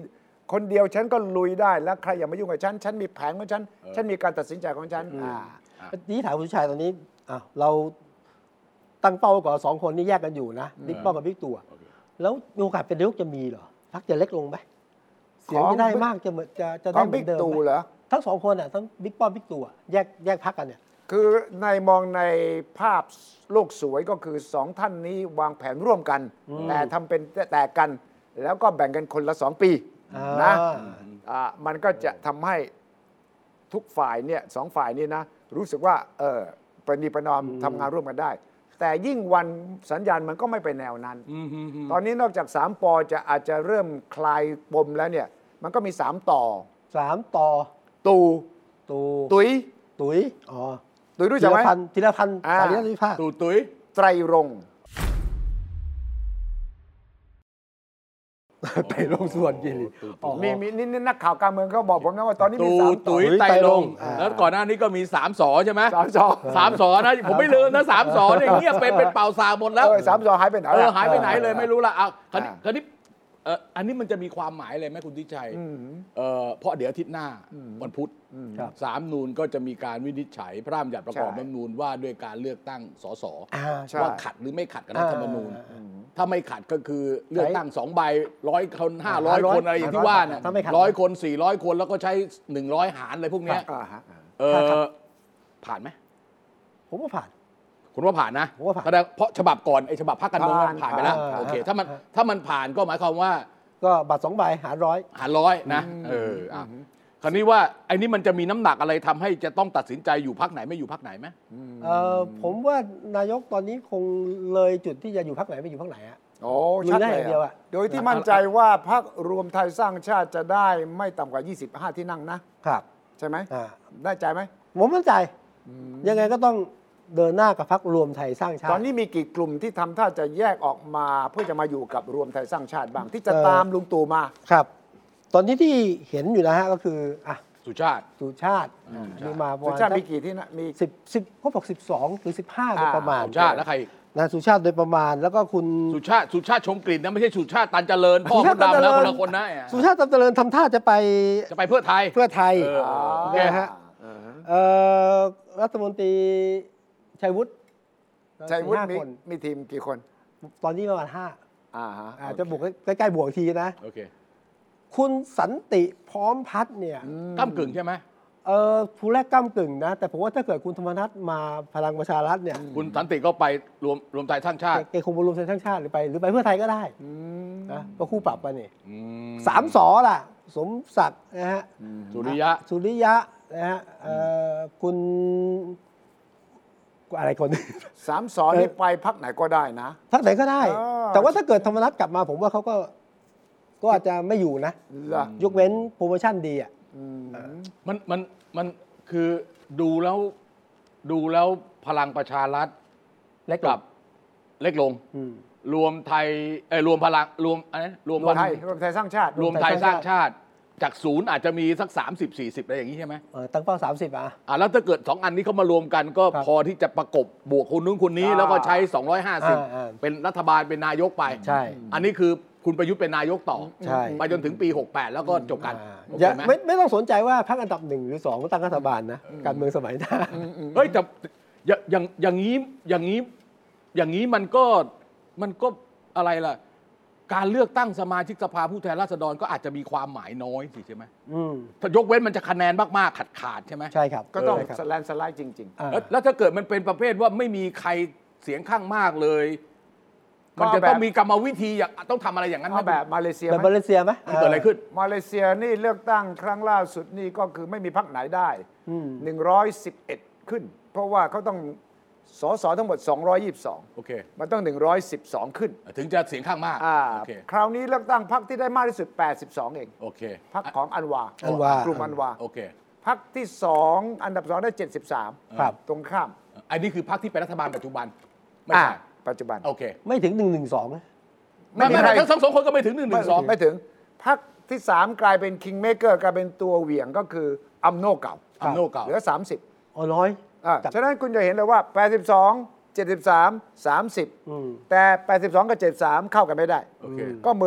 คนเดียวฉันก็ลุยได้แล้วใครอย่ามายุ่งกับฉันฉันมีแผนของฉันฉันมีการตัดสินใจของฉันอ่านี่ถามคุณชัยตอนนี้อ่ะเราตั้งเป้าไว้ก่อนสองคนนี่แยกกันอยู่นะบิ๊กป้อมกับบิ๊กตู่แล้วมีโอกาสเป็นนายกจะมีเหรอพรรคจะเล็กลงไหมเสียงจะได้มากจะเหมือนจะจะได้เหมือนเดิมไหมทั้งสองคนอ่ะทั้งบิ๊กป้อมบิ๊กตู่แยกแยกพรรคกันเนี่ยคือในมองในภาพโลกสวยก็คือสองท่านนี้วางแผนร่วมกันแต่ทำเป็นแต่กันแล้วก็แบ่งกันคนละสองปีนะมันก็จะทำให้ทุกฝ่ายเนี่ยสองฝ่ายนี่นะรู้สึกว่าเออประนีประนอมทำงานร่วมกันได้แต่ยิ่งวันสัญญาณมันก็ไม่ไปแนวนั้นตอนนี้นอกจากสามปอจะอาจจะเริ่มคลายปมแล้วเนี่ยมันก็มีสามต่อสามต่อตูตูตุยตุยอ๋อตุยรู้จักไหมธีรพันธ์สารีรัตน์วิภาคตูตุยไตรรงค์ไตรรงค์ส่วนกิริมีมีนี่นักข่าวการเมืองเขาบอกผมนะว่าตอนนี้มีสามตุยไตรรงค์แล้วก่อนหน้านี้ก็มีสามสอใช่ไหมสามสอสามสอนะผมไม่ลืมนะสามสอเนี่ยเงียบเป็นเป็นเป่าสาหมดแล้วสามสอหายไปไหนเออหายไปไหนเลยไม่รู้ละเอาคราวนี้คราวนี้เอออันนี้มันจะมีความหมายเลยไหมคุณทิชัยเออเพราะเดี๋ยวอาทิตย์หน้าวันพุธสามนูนก็จะมีการวินิจฉัยพระราชบัญญัติประกอบรัฐธรรมนูญว่าด้วยการเลือกตั้งสสว่าขัดหรือไม่ขัดกับรัฐธรรมนูญถ้าไม่ขัดก็คือเลือกตั้งสองใบร้อยคนห้าร้อยคนอะไรอย่างที่ว่าเนี่ยร้อยคนสี่ร้อยคนแล้วก็ใช้หนึ่งร้อยหารอะไรพวกนี้เออผ่านไหมผมว่าผ่านคุณว่าผ่านนะเพราะฉบับก่อนไอ้ฉบับพรรคการเมืองผ่านไปแล้วโอเคถ้ามันถ้ามันผ่านก็หมายความว่าก็บัตรสองใบหารร้อยหารร้อยนะเอออ่ะคราวนี้ว่าไอ้นี่มันจะมีน้ำหนักอะไรทำให้จะต้องตัดสินใจอยู่พรรคไหนไม่อยู่พรรคไหนไหมเออผมว่านายกตอนนี้คงเลยจุดที่จะอยู่พรรคไหนไม่อยู่พรรคไหนอะโอ้ชัดเลยเดียวอะโดยที่มั่นใจว่าพรรครวมไทยสร้างชาติจะได้ไม่ต่ำกว่ายี่สิบห้าที่นั่งนะครับใช่ไหมได้ใจไหมผมมั่นใจยังไงก็ต้องเดินหน้ากับพรรครวมไทยสร้างชาติตอนนี้มีกี่กลุ่มที่ทำท่าจะแยกออกมาเพื่อจะมาอยู่กับรวมไทยสร้างชาติบ้างที่จะตามลุงตู่มาครับตอนนี้ที่เห็นอยู่นะฮะก็คืออ่ะสุชาติสุชาติมีมาสุชาติมีกี่ที่นะมีสิบสิบเขาบอกสิบสองหรือสิบห้าโดยประมาณสุชาติแล้วใครนะสุชาติโดยประมาณแล้วก็คุณสุชาติสุชาติชมกลิ่นนะไม่ใช่สุชาติตันเจริญพ่อคนดำนะคนละคนนะสุชาติตันเจริญทำท่าจะไปจะไปเพื่อไทยเพื่อไทยนะฮะรัฐมนตรีชัยวุฒิชัยวุฒิมีมีทีมกี่คนตอนนี้ประมาณห้าอ่าฮะจะบวกใกล้ๆบวกทีนะโอเคคุณสันติพร้อมพัฒน์เนี่ยก้ำกึ่งใช่ไหมเออผู้แรกก้ำกึ่งนะแต่ผมว่าถ้าเกิดคุณธรรมนัสมาพลังประชารัฐเนี่ยคุณสันติก็ไปรวมรวมไทยสร้างชาติแกคงรวมไทยสร้างชาติหรือไปหรือไปเพื่อไทยก็ได้นะก็คู่ปรับไปนี่สามสอล่ะสมศักดิ์นะฮะสุริยะสุริยะนะฮะคุณอะไรคนสามสอนี่ไปพรรคไหนก็ได้นะพรรคไหนก็ได้แต่ว่าถ้าเกิดธรรมนัสกลับมาผมว่าเขาก็ก็อาจจะไม่อยู่นะยกเว้นโปรโมชั่นดีอ่ะมันมันมันคือดูแล้วดูแล้วพลังประชารัฐเล็กกับเล็กลงรวมไทยเอ้รวมพลังรวมอะไรรวมไทยรวมไทยสร้างชาติรวมไทยสร้างชาติจากศูนย์อาจจะมีสักสามสิบ สี่สิบอะไรอย่างนี้ใช่ไหมเออตั้งเป้าสามสิบอ่ะอ่ะแล้วถ้าเกิดสองอันนี้เขามารวมกันก็พอที่จะประกบบวกคนนู้นคนนี้แล้วก็ใช้สองร้อยห้าสิบเป็นรัฐบาลเป็นนายกไปใช่อันนี้คือคุณประยุทธ์เป็นนายกต่อไปจนถึงปีหกสิบแปดแล้วก็จบกันไม่ไม่ต้องสนใจว่าพรรคอันดับหนึ่งหรือสองตั้งรัฐบาลนะการเมืองสมัยหน้าเฮ้ยแต่อย่างอย่างนี้อย่างนี้อย่างนี้มันก็มันก็อะไรล่ะการเลือกตั้งสมาชิกสภาผู้แทนราษฎรก็อาจจะมีความหมายน้อยสิใช่ไหมถ้ายกเว้นมันจะคะแนนมากๆขาดขาดใช่ไหมใช่ครับก็ต้องสแลนสไลด์จริงๆแล้วแล้วถ้าเกิดมันเป็นประเภทว่าไม่มีใครเสียงข้างมากเลยมันจะต้องมีกรรมวิธีต้องทำอะไรอย่างนั้นแบบมาเลเซียแบบมาเลเซียไหมเกิดอะไรขึ้นมาเลเซียนี่เลือกตั้งครั้งล่าสุดนี่ก็คือไม่มีพรรคไหนได้หนึ่งร้อยสิบเอ็ดขึ้นเพราะว่าเขาต้องสสทั้งหมดสองร้อยยี่สิบสองโอเคมันต้องหนึ่งร้อยสิบสองขึ้นถึงจะเสียงข้างมากอ่าคราวนี้เลือกตั้งพรรคที่ได้มากที่สุดแปดสิบสองเองโอเคพรรคของอันวาอันวากลุ่มอันวาโอเคพรรคที่สองอันดับสองได้เจ็ดสิบสามครับตรงข้ามอันนี้คือพรรคที่เป็นรัฐบาลปัจจุบันไม่ใช่ปัจจุบันโอเคไม่ถึงหนึ่งหนึ่งสองไม่ไม่ทั้งสองคนก็ไม่ถึงหนึ่งหนึ่งสองไม่ถึงพรรคที่สามกลายเป็นคิงเมเกอร์กลายเป็นตัวเหวี่ยงก็คืออัมโนเก่าอัมโนเก่าเหลือสามสิบอ๋อน้อยอ่าฉะนั้นคุณจะเห็นเลยว่าแปดสิบสอง เจ็ดสิบสาม สามสิบแต่แปดสิบสองกับเจ็ดสิบสามเข้ากันไม่ได้ก็เหมือน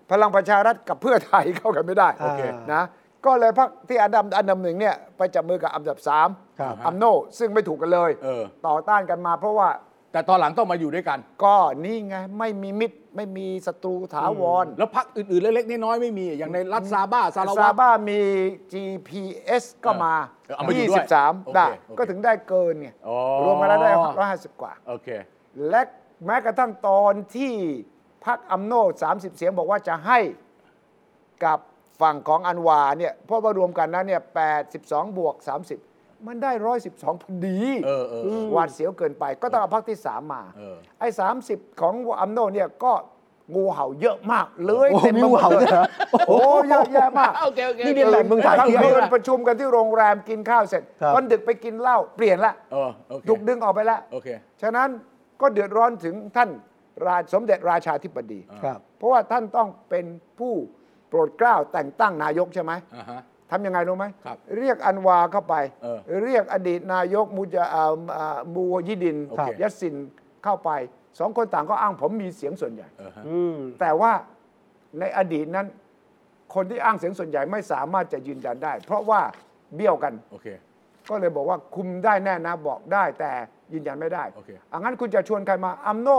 พลังประชารัฐกับเพื่อไทยเข้ากันไม่ได้โอเคนะก็เลยพรรคที่อันดับอันดับหนึ่งเนี่ยไปจับมือกับอันดับสามครับอัมโนซึ่งไม่ถูกกันเลยเออต่อต้านกันมาเพราะว่าแต่ตอนหลังต้องมาอยู่ด้วยกันก็นี่ไงไม่มีมิตรไม่มีศัตรูถาวรแล้วพรรคอื่นๆเล็กๆน้อยๆไม่มีอย่างในรัฐซาบ้าซาลาซาวัตบ้ามี จี พี เอส ก็มาเออเอามาอยู่ด้วยยี่สิบสามโอเคได้โอเคก็ถึงได้เกินไงอ๋อรวมมาแล้วได้หนึ่งร้อยห้าสิบกว่าโอเคและแม้กระทั่งตอนที่พรรคอัมโนสามสิบเสียงบอกว่าจะให้กับฝั่งของอันวาเนี่ยเพราะว่ารวมกันนั้นเนี่ยแปดสิบสองบวกสามสิบมันได้หนึ่งร้อยสิบสองพอดีเออเออเออหวาดเสียวเกินไปก็ต้องเอาพรรคที่สามมาเออไอ้สามสิบของอัมโนเนี่ยก็งูเห่าเยอะมากเลยโอ้เต็มมีไปงูหมดเห่าเลด้วยยเหรอโอ้เยอะแยะมากโอเคโอเคนี่เรียนแบบเมืองไทยทั้งที่คืเขานประชุมกันที่โรงแรมกินข้าวเสร็จครับตอนดึกไปกินเหล้าเปลี่ยนละเออโอเคถูกดึงออกไปแล้วโอเคฉะนั้นก็เดือดร้อนถึงท่านราชสมเด็จราชาธิบดีครับเพราะว่าท่านต้องเป็นผู้โปรดเกล้าแต่งตั้งนายกใช่ไหมอ่าฮะทำยังไงรู้ไหมครับเรียกอันวาเข้าไปเออเรียกอดีตนายกมูจาอ่าอ่ามูยิดินโอเคยัสสินเข้าไปสองคนต่างก็อ้างผมมีเสียงส่วนใหญ่เออฮะอืมแต่ว่าในอดีตนั้น คนที่อ้างเสียงส่วนใหญ่ไม่สามารถจะยืนยันได้ เพราะว่าเบี้ยวกันโอเคก็เลยบอกว่าคุมได้แน่นะบอกได้แต่ยืนยันไม่ได้โอเคอ่ะงั้นคุณจะชวนใครมาอัมโน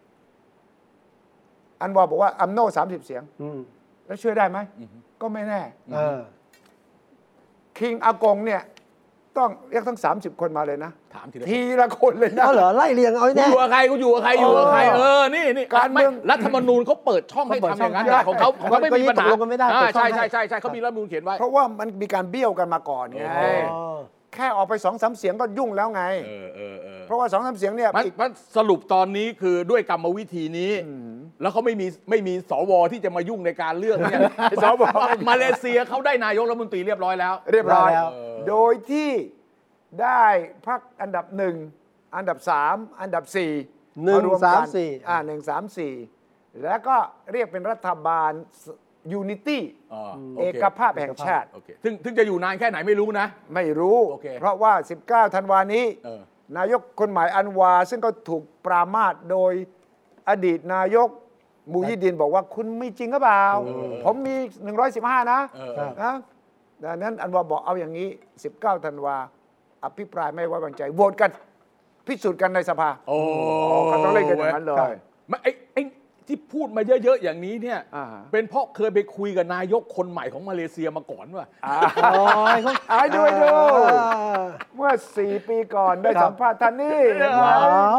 อันวาบอกว่าอัมโนสามสิบเสียงอืมแล้วช่วยได้ไหมก็ไม่แน่เออคิงอากงเนี่ยต้องเรียกทั้งสามสิบคนมาเลยนะถามทีละคนทีละคนเลยนะเอาเหรอไล่เรียงเอาไว้กูแน่อยู่กับใครกูอยู่กับใครอยู่กับใครอ๋อเออนี่นี่การเมืองไรัฐธรรมนูญเขาเปิดช่องให้เขาเปิดทำอย่างนั้นช่องได้ของเขาของเขาไม่มีปัญหาก็ยังตกลงกันไม่ได้อ่าเปิดช่อใช่งให้ใช่ใช่ใช่เขามีรัฐธรรมนูญเขียนไว้เพราะว่ามันมีการเบี้ยวกันมาก่อนไงอ๋อแค่ออกไปสองสามเสียงก็ยุ่งแล้วไงเออเออเออเพราะว่าสองสามเสียงเนี่ยมันอีกมันสรุปตอนนี้คือด้วยกรรมวิธีนี้ แล้วเขาไม่มีไม่มีสวที่จะมายุ่งในการเลือกเนี่ยสวมาเลเซียเขาได้นายกรัฐมนตรีเรียบร้อยแล้วเรียบร้อยแล้วโดยที่ได้พรรคอันดับหนึ่งอันดับสามอันดับสี่หนึ่งรวกัสามสี่อ่าหนึ่งสามสี่แล้วก็เรียกเป็นรัฐบาลยูนิตี้อ๋อโอเอเคกภาพแห่งชาติโอเคซึ่งซึ่งจะอยู่นานแค่ไหนไม่รู้นะไม่รู้โอเคเพราะว่า สิบเก้า ธันวานี้เออนายกคนใหม่อันวา ซึ่งก็ถูกปรามาสโดยอดีตนายกมูยิดินบอกว่าคุณไม่จริงหรือเปล่า ผมมี หนึ่งร้อยสิบห้า นะเออครับนะดังนั้นอันวาบอกเอาอย่างนี้ สิบเก้า ธันวาอภิปรายไม่ไว้วางใจโหวตกัน พิสูจน์กันในสภาโอ้เขาต้องเล่นกันอย่างนั้นเลครัยบไม่ไอ้ไอ้ที่พูดมาเยอะๆอย่างนี้เนี่ยอ่าเป็นเพราะเคยไปคุยกับนายกคนใหม่ของมาเลเซียมาก่อนว่ะอ่าโอ้ยเขาไอ้ดูไอ้ดูอ่าเมื่อสี่ปีก่อนได้ครับสัมภาษณ์ท่านนี่ว้าว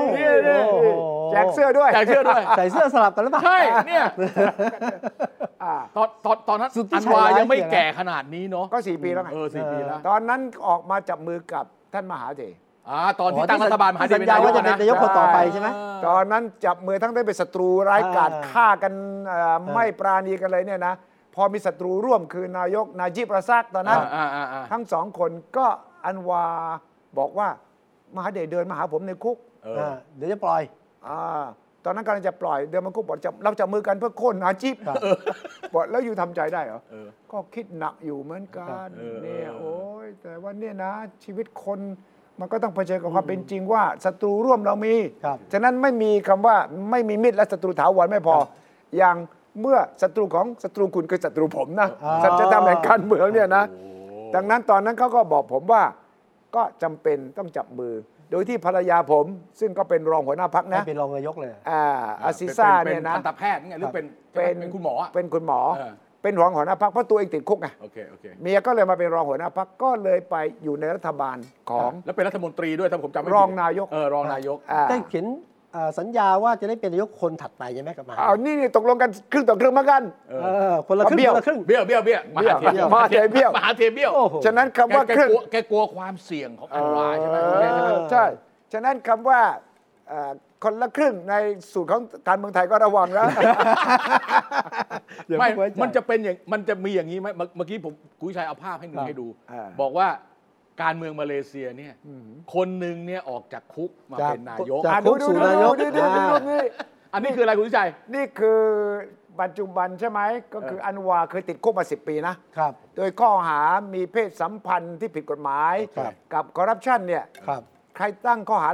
นี่นี่โอ้โหแจกเสื้อด้วยแจกเสื้อด้วยใส่เสื้อสลับกันหรือเปล่าใช่เนี่ยอ่าตอนตอนตอนนั้นสุดที่อันวาชัยร้ายยังไม่เชียวนะแก่ขนาดนี้เนาะก็สี่ปีแล้วไงเออสี่ปีแล้วตอนนั้นออกมาจับมือกับท่านมหาเถรอ่าตอนที่ตั้งรัฐบาลมหาเถรสัญญาว่าจะเป็นนายกคนต่อไปใช่ไหมตอนนั้นจับมือทั้งได้เป็นศัตรูร้ายกาจอ่าฆ่ากันเอ่อไม่ปราณีกันเลยเนี่ยนะ พอมีศัตรูร่วมคือนายกนาจิบราซักตอนนั้นอ่าอ่าอ่าทั้งสองคนก็อันวาบอกว่ามหาเดชเดินมาหาผมในคุกเอออ่าเดี๋ยวจะปล่อยอ่าตอนนั้นกำลังจะปล่อยเดินมาคุกบอกจะเราจับมือกันเพื่อโค่นนาจิบบอกแล้วอยู่ทำใจได้เหรอเออก็คิดหนักอยู่เหมือนกันเออเนี่ยเออโอ้ยแต่ว่าเนี่ยนะ ชีวิตคนมันก็ต้องเผชิญกับความเป็นจริงว่าศัตรูร่วมเรามีครับฉะนั้นไม่มีคำว่าไม่มีมิตรและศัตรูถาวรไม่พอ อย่างเมื่อศัตรูของศัตรูคุณคือศัตรูผมนะอ่าสัจธรรมแห่งการเมืองเนี่ยนะดังนั้นตอนนั้นเขาก็บอกผมว่าก็จำเป็นต้องจับมือ โดยที่ภรรยาผม ซึ่งก็เป็นรองหัวหน้าพักให้นะเป็นรองนายกเลยอ่าอาซิซ่าเนี่ยนะป็ทันตแพทย์ไงหรือเป็นเป็นเป็นคุณหมออะเป็นคุณหมอเออเป็นรองหัวหน้าพักเพราะตัวเองติดคุกไงโอเคโอเคเมียก็เลยมาเป็นรองหัวหน้าพักก็เลยไปอยู่ในรัฐบาลของแล้วเป็นรัฐมนตรีด้วยถ้าผมจำไม่ผิดรองนายกเออรองนายกอ่าได้เขียนเอ่อสัญญาว่าจะได้เป็นนายกคนถัดไปใช่ไหมกับมหาเอานี่นี่ตกลงกันครึ่งต่อครึ่งเหมือนกันเอเออคนละครึ่งเบี้ยวคนละครึ่งเบี้ยวเบี้ยวเบี้ยวมหาเทเบี้ยวมหาเทเบี้ยวมหาเทเบี้ยวโอ้โหฉะนั้นคำว่าแกครึ่งกลัวแกกลัวความเสี่ยงของอันวาใช่ไหมเอคุณแม่ใช่ไหมอใช่ ฉะนั้นคำว่าเอ่อคนละครึ่งในสูตรของการเมืองไทยก็ระวังนะเดี๋ยวไม่ไว้ใจมันจะเป็นอย่างมันจะมีอย่างนี้ไหมเมื่อเมื่อกี้ผมกุยชัยเอาภาพให้หนึ่ครังบให้ดูอ่าบอกว่าการเมืองมาเลเซียเนี่ยคนหนึ่งเนี่ยออกจากคุกมาจากเป็นนายกจากอ่ะคุกสู่นายกดูดูดูดูดูนี่อันนี้คืออะไรคุณวิชัยนี่คือปัจจุบันใช่ไหมก็คืออันวาเคยติดคุกมาสิบปีนะครับโดยข้อหามีเพศสัมพันธ์ที่ผิดกฎหมายครับกับคอร์รัปชันเนี่ยครับใครตั้งข้อหาล่ะ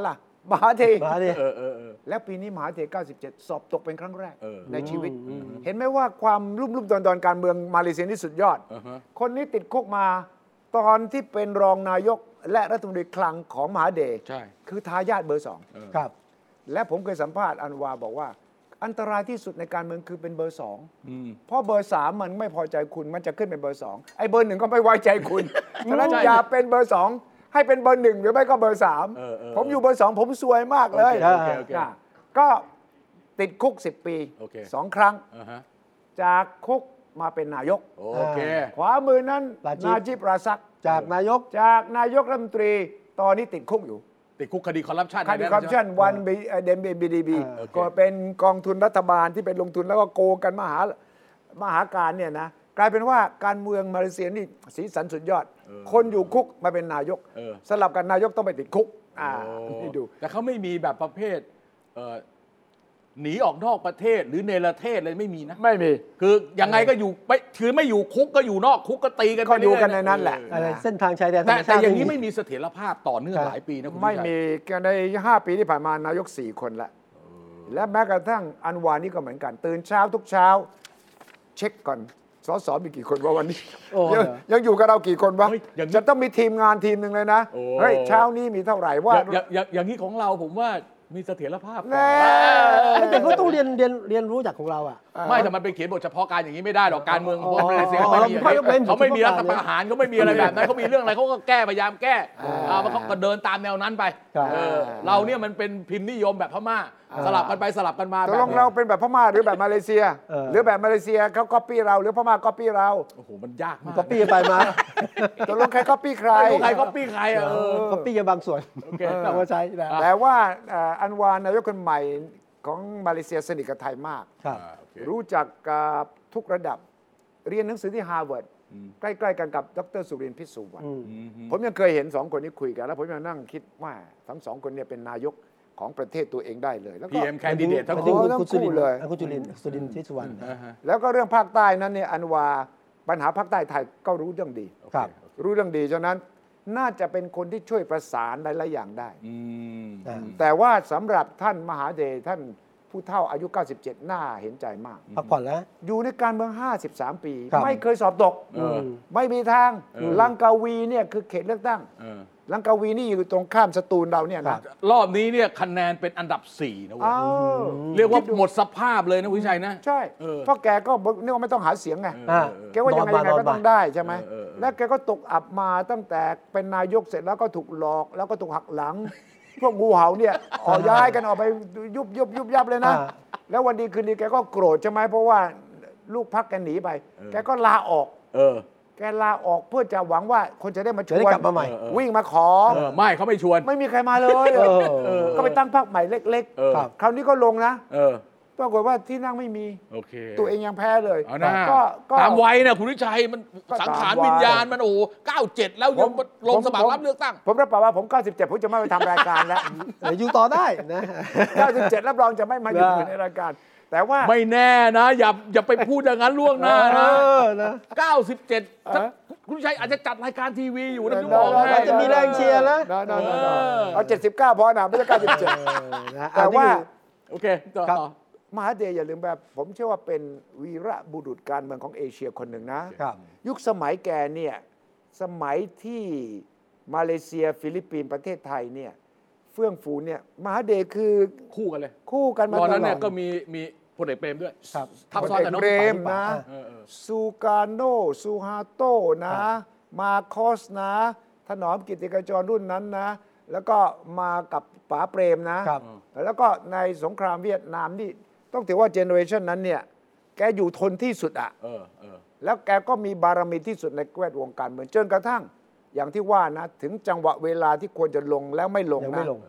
มหาเทมหาเทเออเออเออแล้วปีนี้มหาเทเก้าสิบเจ็ดสอบตกเป็นครั้งแรกเออในชีวิตอืมเห็นไหมว่าความรุ่มรุ่มดอนดอนการเมืองมาเลเซียนี่สุดยอดอ่าฮะคนนี้ติดคุกมาตอนที่เป็นรองนายกและรัฐมนตรีคลังของมหาเดชใช่คือทายาทเบอร์สองเออครับและผมเคยสัมภาษณ์อันวาบอกว่า อันตรายที่สุดในการเมืองคือเป็นเบอร์สองอืมเพราะเบอร์สามมันไม่พอใจคุณมันจะขึ้นเป็นเบอร์สองไอ้เบอร์หนึ่งก็ไม่ไว้ใจคุณฉะนั้นใช่อย่าเป็นเบอร์สองให้เป็นเบอร์หนึ่งหรือไม่ก็เบอร์สามเออเออผมอยู่เบอร์สองผมซวยมากเลยโอเคโอเคนะก็ติดคุกสิบปีโอเคสองครั้งอ่าฮะจากคุกมาเป็นนายกโอเคขวามือนั้นราจิบนาจิบราซักจากนายกจากนายกรัฐมนตรีตอนนี้ติดคุกอยู่ติดคุกคดีคอร์รัปชันคดีคอร์รัปชันวันเดมบีดีบีโอเคก็เป็นกองทุนรัฐบาลที่เป็นลงทุนแล้วก็โกงกันมหามหาการเนี่ยนะกลายเป็นว่าการเมืองมาเลเซียนี่สีสันสุดยอด คนอยู่คุกมาเป็นนายกเออสลับกันนายกต้องไปติดคุกอ่าโอ้นี่ดูแต่เขาไม่มีแบบประเภทเอ่อหนีออกนอกประเทศหรือเนรเทศเลยไม่มีนะไม่มีคือยังไงก็อยู่ไม่คือไม่อยู่คุกก็อยู่นอกคุกก็ตีกันก็อยู่ไปเรื่กันในนั้นแหละเอออะไรเส้นทางชายแดนธรแต่รมชาแต่ติอย่างนี้ไม่มีเสถียรภาพต่อเนื่องครับหลายปีนะคุณไม่วิชัยมีในห้าปีที่ผ่านมานายกสี่คนละและแม้กระทั่งอันวานี่ก็เหมือนกัน ตื่นเช้าทุกเช้า เช็คก่อนสสมีกี่คนวะวันนี้โอ้ยังยังอยู่กับเรากี่คนวะเฮ้ยอย่างนี้จะต้องมีทีมงานทีมหนึ่งเลยนะโอ้เฮ้ยเช้านี้มีเท่าไหร่ว่าอย่างอย่างอย่างนี้ของเราผมว่ามีเสถียรภาพกว่าแน่แต่เขาต้องเรียนเรียนเรียนรู้จากของเราอ่ะไม่แต่มันไปเขียนบทเฉพาะการอย่างนี้ไม่ได้หรอกการเมืองอ๋อพวกมาเลเซียเขาไม่มีเขาเป็นเขาไม่มีรัฐเฉพาะปการระหารเขาไม่มีอะไรแบบนั้นเขามีเรื่องอะไรเขาก็แก้พยายามแก้อ่าอ่ามันเขาก็เดินตามแนวนั้นไปครับเออเราเนี่ยมันเป็นพิมพ์นิยมแบบพม่าสลับกันไปสลับกันมาตแบกบลงเราเป็นแบบพม่าหรือแบบมาเลเซียเออหรือแบบมาเลเซียเขาก๊อปปี้เราหรือพม่าก๊อปปี้เราโอ้โหมันยากมากก็ปี้ไปมาตกลงใครก๊อปปี้ใครใครใครก็ปี้ใครอ่ะเออก็ปี้กันบางส่วนโอเคเอามาใช้นะแต่ว่าเอ่ออันวานายกคนใหม่ของมาเลเซียสนิทกับไทยมากครับอ่าโอเครู้จักกับทุกระดับ เรียนหนังสือที่ฮาร์วาร์ด ใกล้ๆกันกับดรสุรินทร์พิศสุวรรณอืมผมยังเคยเห็นสองคนนี้คุยกัน แล้วผมยังนั่งคิดว่าทั้งสองคนเนี่ยเป็นนายกของประเทศตัวเองได้เลยแล้วพีก็เอ็มแคนดิเดตทั้งหมายคู่ถึทั้งคุณสุรินทคู่เลยร์คุณจุลินทร์สุรินทร์ที่สุวรรณอ่าฮะแล้วก็เรื่องภาคใต้นั้นเนี่ยอันวาปัญหาภาคใต้ไทยก็รู้เรื่องดีครับรู้เรื่องดีฉะนั้นน่าจะเป็นคนที่ช่วยประสานหลายๆอย่างได้อืมอ่าแต่ว่าสำหรับท่านมหาเดชท่านผู้เฒ่าอายุ เก้าสิบเจ็ด น่าเห็นใจมากพักผ่อนแล้วอยู่ในการเมือง ห้าสิบสาม ปีครับไม่เคยสอบตกเออไม่มีทางเออลังกาวีเนี่ยคือเขตเลือกตั้งเออลังกาวีนี่อยู่ตรงข้ามสตูลเราเนี่ยครันะบรอบนี้เนี่ยคะแนนเป็นอันดับสี่นะเว้ยอ้าวเรียกว่าหมดสภาพเลยนะคุณวิชัยนะใช่เออเพราะแกก็นึกว่าไม่ต้องหาเสียงไงอ่าแกว่ายังไงนอนยังไงมาก็ต้องได้ใช่ไหมเออเออแล้วแกก็ตกอับมาตั้งแต่เป็นนายกเสร็จแล้วก็ถูกหลอก แล้วก็ถูกหักหลัง พวกงูเห่าเนี่ยออกย้ายกันออกไปยุบยุบยุบยับเลยนะอ่าแล้ววันดีคืนดีแกก็โกรธใช่ไหมเพราะว่าลูกพักแกหนีไป แกก็ลาออกเออแกลาออกเพื่อจะหวังว่าคนจะได้มาชจะวได้นกลับมาใหม่เออวิ่งมาขอเออไม่เขาไม่ชวนไม่มีใครมาเลยเออเออก็ไปตั้งพรรคใหม่เล็กเออครับๆ คราวนี้ก็ลงนะเออปรากฏว่าที่นั่งไม่มีโอเคตัวเองยังแพ้เลยเอาหน้าก็ก็ตามวัยนะคุณวิชัยมันก็สังตามขารวัยวิญญาณมันโอ้โหเก้าเจ็ดแล้วยังผมลงสมัคผรมรับเลือกตั้งผมรับปากว่าผม เก้าสิบเจ็ด ผมจะไม่ไปทำรายการแล้วเอออยู่ต่อได้นะเก้าสิบเจ็ด รับรองจะไม่มาอยู่ในรายการ แต่ว่าไม่แน่นะอย่าอย่าไปพูดอย่างนั้นล่วงหน้านะเออนะเก้าสิบเจ็ดเออคุณวิชัยอาจจะจัดรายการทีวีอยู่นะพี่ได้บอกได้ให้จะมีแรงเชียร์นะได้ได้ได้เออเอาเจ็ดสิบเก้าพอนะไม่ใช่เก้าสิบเจ็ดเออนะแต่ว่าโอเคต่อครับต่อมหาเดชอย่าลืมแบบผมเชื่อว่าเป็นวีรบุรุษการเมืองของเอเชียคนหนึ่งนะครับยุคสมัยแกเนี่ยสมัยที่มาเลเซียฟิลิปปินส์ประเทศไทยเนี่ยเฟื่องฟูเนี่ยมหาเดชคือคู่กันเลยคู่กันมาตอนตนั้นลอเนี่ยดก็มีมีพลเอกเปรมด้วยครับทับซ้อนกับน้องพลเอกเปรมนะเออเออซูการโนซูฮาโตนะ มาคอสนะ ถนอมกิติกจรรุ่นนั้นนะ แล้วก็มากับป๋าเปรมนะครับแล้วก็ในสงครามเวียดนามนี่ต้องถือว่าเจเนอเรชันนั้นเนี่ยแกอยู่ทนที่สุดอะเออเออแล้วแกก็มีบารมีที่สุดในแวดวงการเมืองจนกระทั่ง อย่างที่ว่านะ ถึงจังหวะเวลาที่ควรจะลงแล้วไม่ลงยังนะไม่ลง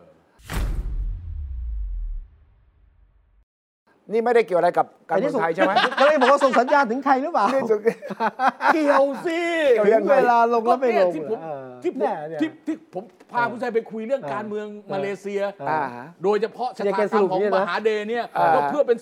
นี่ไม่ได้เกี่ยวอะไรกับการเมืองไทยใช่ไหมก็เลยบอกว่าส่งสัญญาณถึงใครหรือเปล่านี่สุดเกี่ยวสิเกี่ยวถึยังงไงเวลาลงแล้วไม่ลงที่ผมเออที่ผมเนี่ยเนี่ยที่ที่ผมพาคุณชัยไปคุยเรื่องการเมืองมาเลเซียอ่าโดยเฉพาะชะเนี่ยตาแกกสรรรุมปของเนี่ยมนะหาเดชเนี่ยอ่าก็เพื่อเป็นสไป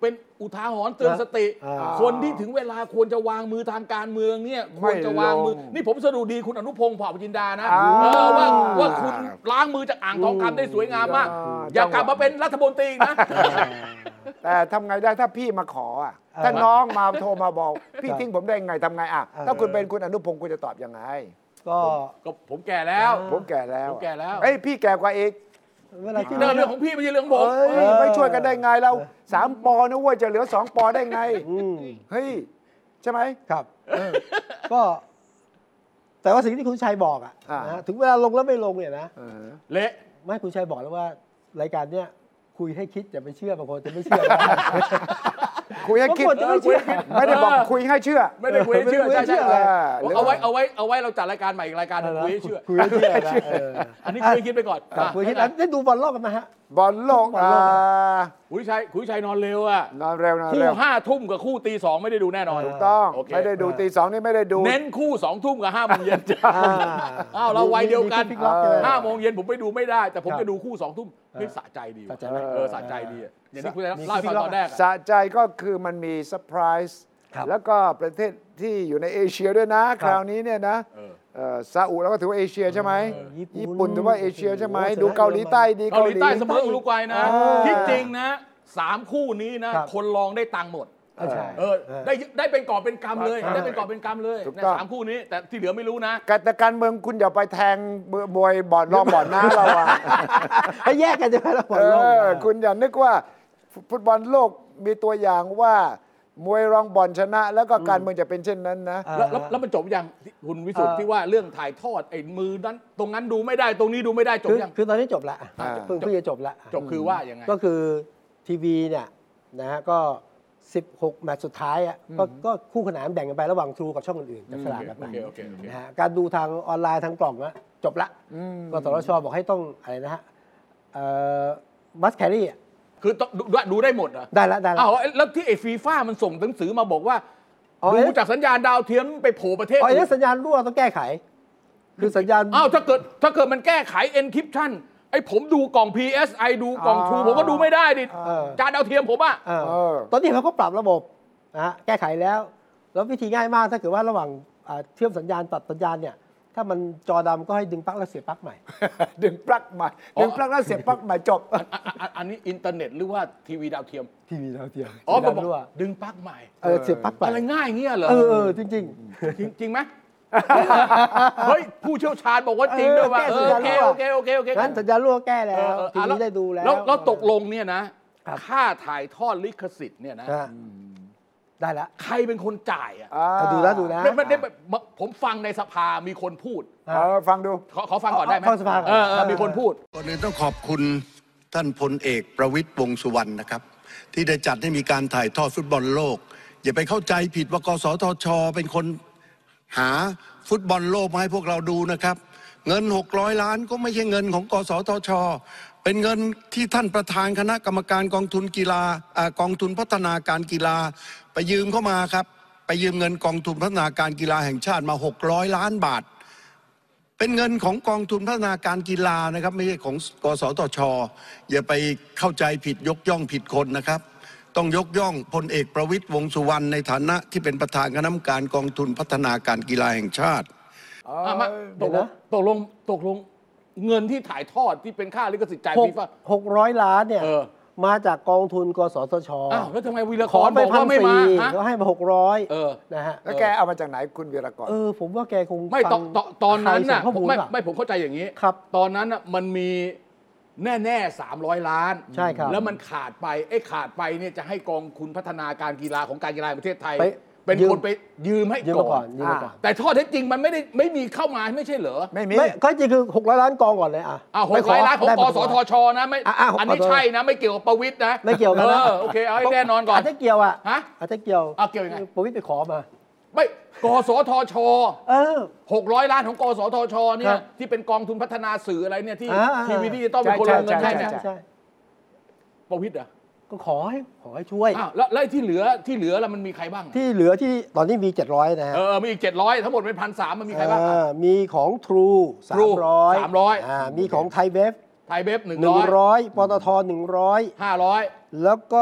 เป็นอุทาหรณ์เตือนสติ คนที่ถึงเวลาควรจะวางมือทางการเมืองเนี่ยควรจะวางมือนี่ผมสะดุดีคุณอนุพงศ์เผ่าจินดานะว่าว่าคุณล้างมือจากอ่างทองคำได้สวยงามมากอย่ากลับมาเป็นรัฐมนตรีนะแต่ทำไงได้ถ้าพี่มาขออ่ะถ้าน้องมาโทรมาบอกพี่ทิ้งผมได้ไงทำไงอ่ะถ้าคุณเป็นคุณอนุพงศ์คุณจะตอบยังไงก็ก็ผมแก่แล้วผมแก่แล้วผมแก่แล้วเอ้ยพี่แก่กว่าอีกเรื่องของพี่ไม่ใช่เรื่องผมไม่ช่วยกันได้ไงเราสามปอนะว่าจะเหลือสองปอได้ไงเฮ้ยใช่ไหมครับก็แต่ว่าสิ่งที่คุณชัยบอกอ่ะนะถึงเวลาลงแล้วไม่ลงเนี่ยนะเละไม่คุณชัยบอกแล้วว่ารายการเนี้ยคุยให้คิดอย่าไปเชื่อบางคนจะไม่เชื่อคุยให้คิดไม่เชื่อไม่ได้บอกคุยให้เชื่อไม่ได้คุยให้เชื่อใช่ใช่เอาไว้เอาไว้เอาไว้เราจัดรายการใหม่อีกรายการคุยให้เชื่อคุยให้เชื่ออันนี้คุยคิดไปก่อนคุยคิดได้ดูบอลโลกกันไหมฮะบอลโลกอ่าคุยชัยคุยชัยนอนเร็วอ่ะนอนเร็วนอนเร็วคู่ห้าทุ่มกับคู่ตีสองไม่ได้ดูแน่นอนถูกต้องไม่ได้ดูตีสองนี่ไม่ได้ดูเน้นคู่สองทุ่มกับห้าโมงเย็นจ้าอ้าวเราวัยเดียวกันห้าโมงเย็นผมไปดูไม่ได้แต่ผมจะดูคู่สองทุ่มเฮ้ยสะใจดีเออสะใจดีอย่างที่คุณเล่าให้ฟังตอนแรกสะใจก็คือมันมีเซอร์ไพรส์แล้วก็ประเทศที่อยู่ในเอเชียด้วยนะคราวนี้เนี่ยนะซาอุเราก็ถือว่าเอเชียใช่ไหมญี่ปุ่นถือว่าเอเชียใช่ไหมดูเกาหลีใต้ดีเกาหลีใต้เสมออุรุกวัยนะที่จริงนะสามคู่นี้นะคนลองได้ตังค์หมดเออได้ได้เป็นกอบเป็นกำเลยได้เป็นกอบเป็นกำเลยในสามคู่นี้แต่ที่เหลือไม่รู้นะแต่การเมืองคุณอย่าไปแทงมวยบอลรองบอลหน้าเราอะให้แยกกันจะไปแล้วบอลรองคุณอย่านึกว่าฟุตบอลโลกมีตัวอย่างว่ามวยรองบอลชนะแล้วก็การเมืองจะเป็นเช่นนั้นนะแล้วแล้วมันจบยังคุณวิสุทธิ์ที่ว่าเรื่องถ่ายทอดไอ้มือนั้นตรงนั้นดูไม่ได้ตรงนี้ดูไม่ได้จบยังคือตอนนี้จบละเพิ่งเพิ่งจะจบละจบคือว่ายังไงก็คือทีวีเนี่ยนะฮะก็สิบหกแมตช์สุดท้ายอ่ะก็ก็คู่ขนานแบ่งกันไประหว่างทรูกับช่องอื่นๆจับสลากกันไปนะฮะการดูทางออนไลน์ทางกล่องนะจบละกสทช.บอกให้ต้องอะไรนะฮะมัสแครี่คือดูดูได้หมดอ่ะได้แล้วได้แล้วอ้าวแล้วที่ไอ้ฟีฟ่ามันส่งหนังสือมาบอกว่าดูจากสัญญาณดาวเทียมไปโผล่ประเทศอ๋อไอ้สัญญาณรั่วต้องแก้ไขคือสัญญาณอ้าวถ้าเกิดถ้าเกิดมันแก้ไข encryption ไอ้ผมดูกล่อง พี เอส ไอ ดูกล่อง True ผมก็ดูไม่ได้ดิจานดาวเทียมผมอ่ะตอนนี้เขาก็ปรับระบบนะแก้ไขแล้วแล้ววิธีง่ายมากถ้าเกิดว่าระหว่างเชื่อมสัญญาณตัดสัญญาณเนี่ยถ้ามันจอดำก็ให้ดึงปลั๊กแล้วเสียบปลั๊กใหม่ดึงปลั๊กใหม่ดึงปลั๊กแล้วเสียบปลั๊กใหม่จบอันนี้อินเทอร์เน็ตหรือว่าทีวีดาวเทียมทีวีดาวเทียมอ๋อบอกดึงปลั๊กใหม่เออเสียบปลั๊กใหม่อะไรง่ายเงี้ยเหรอเออจริงจริงจริงไหมเฮ้ยผู้เชี่ยวชาญบอกว่าจริงด้วยว่าโอเคโอเคโอเคโอเคงั้นสัญญาณรั่วแก้แล้วทีนี้ได้ดูแล้วแล้วตกลงเนี่ยนะค่าถ่ายทอดลิขสิทธิ์เนี่ยนะได้แล้วใครเป็นคนจ่ายอ่ะดูแล้วดูนะไม่ได้ผมฟังในสภามีคนพูดฟังดูขอขอฟังก่อนได้ไหมฟังสภาเออมีคนพูดก่อนอื่นต้องขอบคุณท่านพลเอกประวิตรวงษ์สุวรรณนะครับที่ได้จัดให้มีการถ่ายทอดฟุตบอลโลกอย่าไปเข้าใจผิดว่ากสทช.เป็นคนหาฟุตบอลโลกมาให้พวกเราดูนะครับเงินหกร้อยล้านก็ไม่ใช่เงินของกสทช.เป็นเงินที่ท่านประธานคณะกรรมการกองทุนกีฬากองทุนพัฒนาการกีฬาไปยืมเข้ามาครับไปยืมเงินกองทุนพัฒนาการกีฬาแห่งชาติมาหกร้อยล้านบาทเป็นเงินของกองทุนพัฒนาการกีฬานะครับไม่ใช่ของกสทช.อย่าไปเข้าใจผิดยกย่องผิดคนนะครับต้องยกย่องพลเอกประวิตรวงษ์สุวรรณในฐานะที่เป็นประธานคณะกรรมการกองทุนพัฒนาการกีฬาแห่งชาติตกลงตกลงตกลงเงินที่ถ่ายทอดที่เป็นค่าลิขสิทธิ์จ่ายฟีฟ่าหกร้อยล้านเนี่ยมาจากกองทุนกสทช. อ้าวแล้วทำไมวีรกรบอกว่าไม่มาเขาให้มาหกร้อยนะฮะแล้วแกเอามาจากไหนคุณวีรกรเออผมว่าแกคงไม่ตอนนั้นน่ะไม่ไม่ผมเข้าใจอย่างนี้ครับตอนนั้นน่ะมันมีแน่ๆสามร้อยล้านใช่ครับแล้วมันขาดไปไอ้ขาดไปเนี่ยจะให้กองทุนพัฒนาการกีฬาของการกีฬาประเทศไทยเป็นคนไปยืมให้ก่อนแต่ข้อเท็จจริงมันไม่ได้ไม่มีเข้ามาไม่ใช่เหรอไม่มีก็จริงคือหกร้อยล้านกองก่อนเลยอ่ะอ่าหกร้อยล้านของกสทช.นะไม่อันนี้ใช่นะไม่เกี่ยวกับประวิตรนะไม่เกี่ยวกันนะโอเคเอาให้แน่นอนก่อนอาจจะเกี่ยวอ่ะฮะอาจจะเกี่ยวอ่ะเกี่ยวยังไงประวิตรไปขอมาไม่กสทช. เออหกร้อยล้านของกสทช.เนี่ยที่เป็นกองทุนพัฒนาสื่ออะไรเนี่ยที่ทีวีดิจิตอลเป็นคนลงเงินให้เนี่ยประวิตรอ่ะก็ขอให้ขอให้ช่วยอ้าวแล้วแล้วที่เหลือที่เหลือแล้วมันมีใครบ้างที่เหลือที่ตอนนี้มีเจ็ดร้อยนะฮะเออมีอีกเจ็ดร้อยทั้งหมดเป็น หนึ่งพันสามร้อย มันมีใครบ้างมีของ True สามร้อยสามร้อยอ่ามีของไทยเบฟไทยเบฟหนึ่งร้อยปตทหนึ่งร้อยห้าร้อยแล้วก็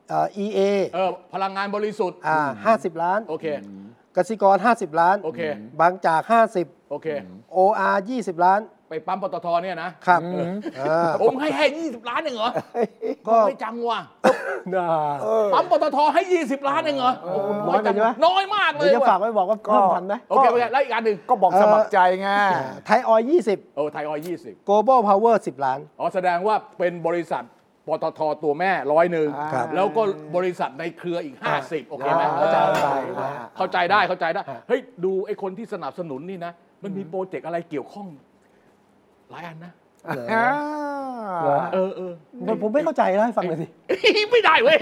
เอ่อ อี เอเออพลังงานบริสุทธิ์อ่าห้าสิบล้านโอเคกสิกรห้าสิบล้านโอเคบางจากห้าสิบโอเคโอ อาร์ ยี่สิบล้านไปปั๊มปตทเนี่ยนะครับผมให้แค่ยี่สิบล้านเองเหรอก็ไม่จังว่ะปั๊มปตทให้ยี่สิบล้านเองเหรอน้อยจังน้อยมากเลยเดี๋ยวจะฝากไว้บอกว่าเพิ่มพันนะโอเคโอเคแล้วอีกอันหนึ่งก็บอกสมัครใจไงไทยออยล์ยี่สิบโอ้ไทยออยล์ยี่สิบ Global Power สิบล้านอ๋อแสดงว่าเป็นบริษัทปตทตัวแม่ร้อยหนึ่งแล้วก็บริษัทในเครืออีกห้าสิบโอเคไหมเข้าใจได้เข้าใจได้เข้าใจได้เฮ้ยดูไอ้คนที่สนับสนุนนี่นะมันมีโปรเจกต์อะไรเกี่ยวข้องหลายอันนะเออเออผมไม่เข้าใจแล้วให้ฟังหน่อยสิไม่ได้เว้ย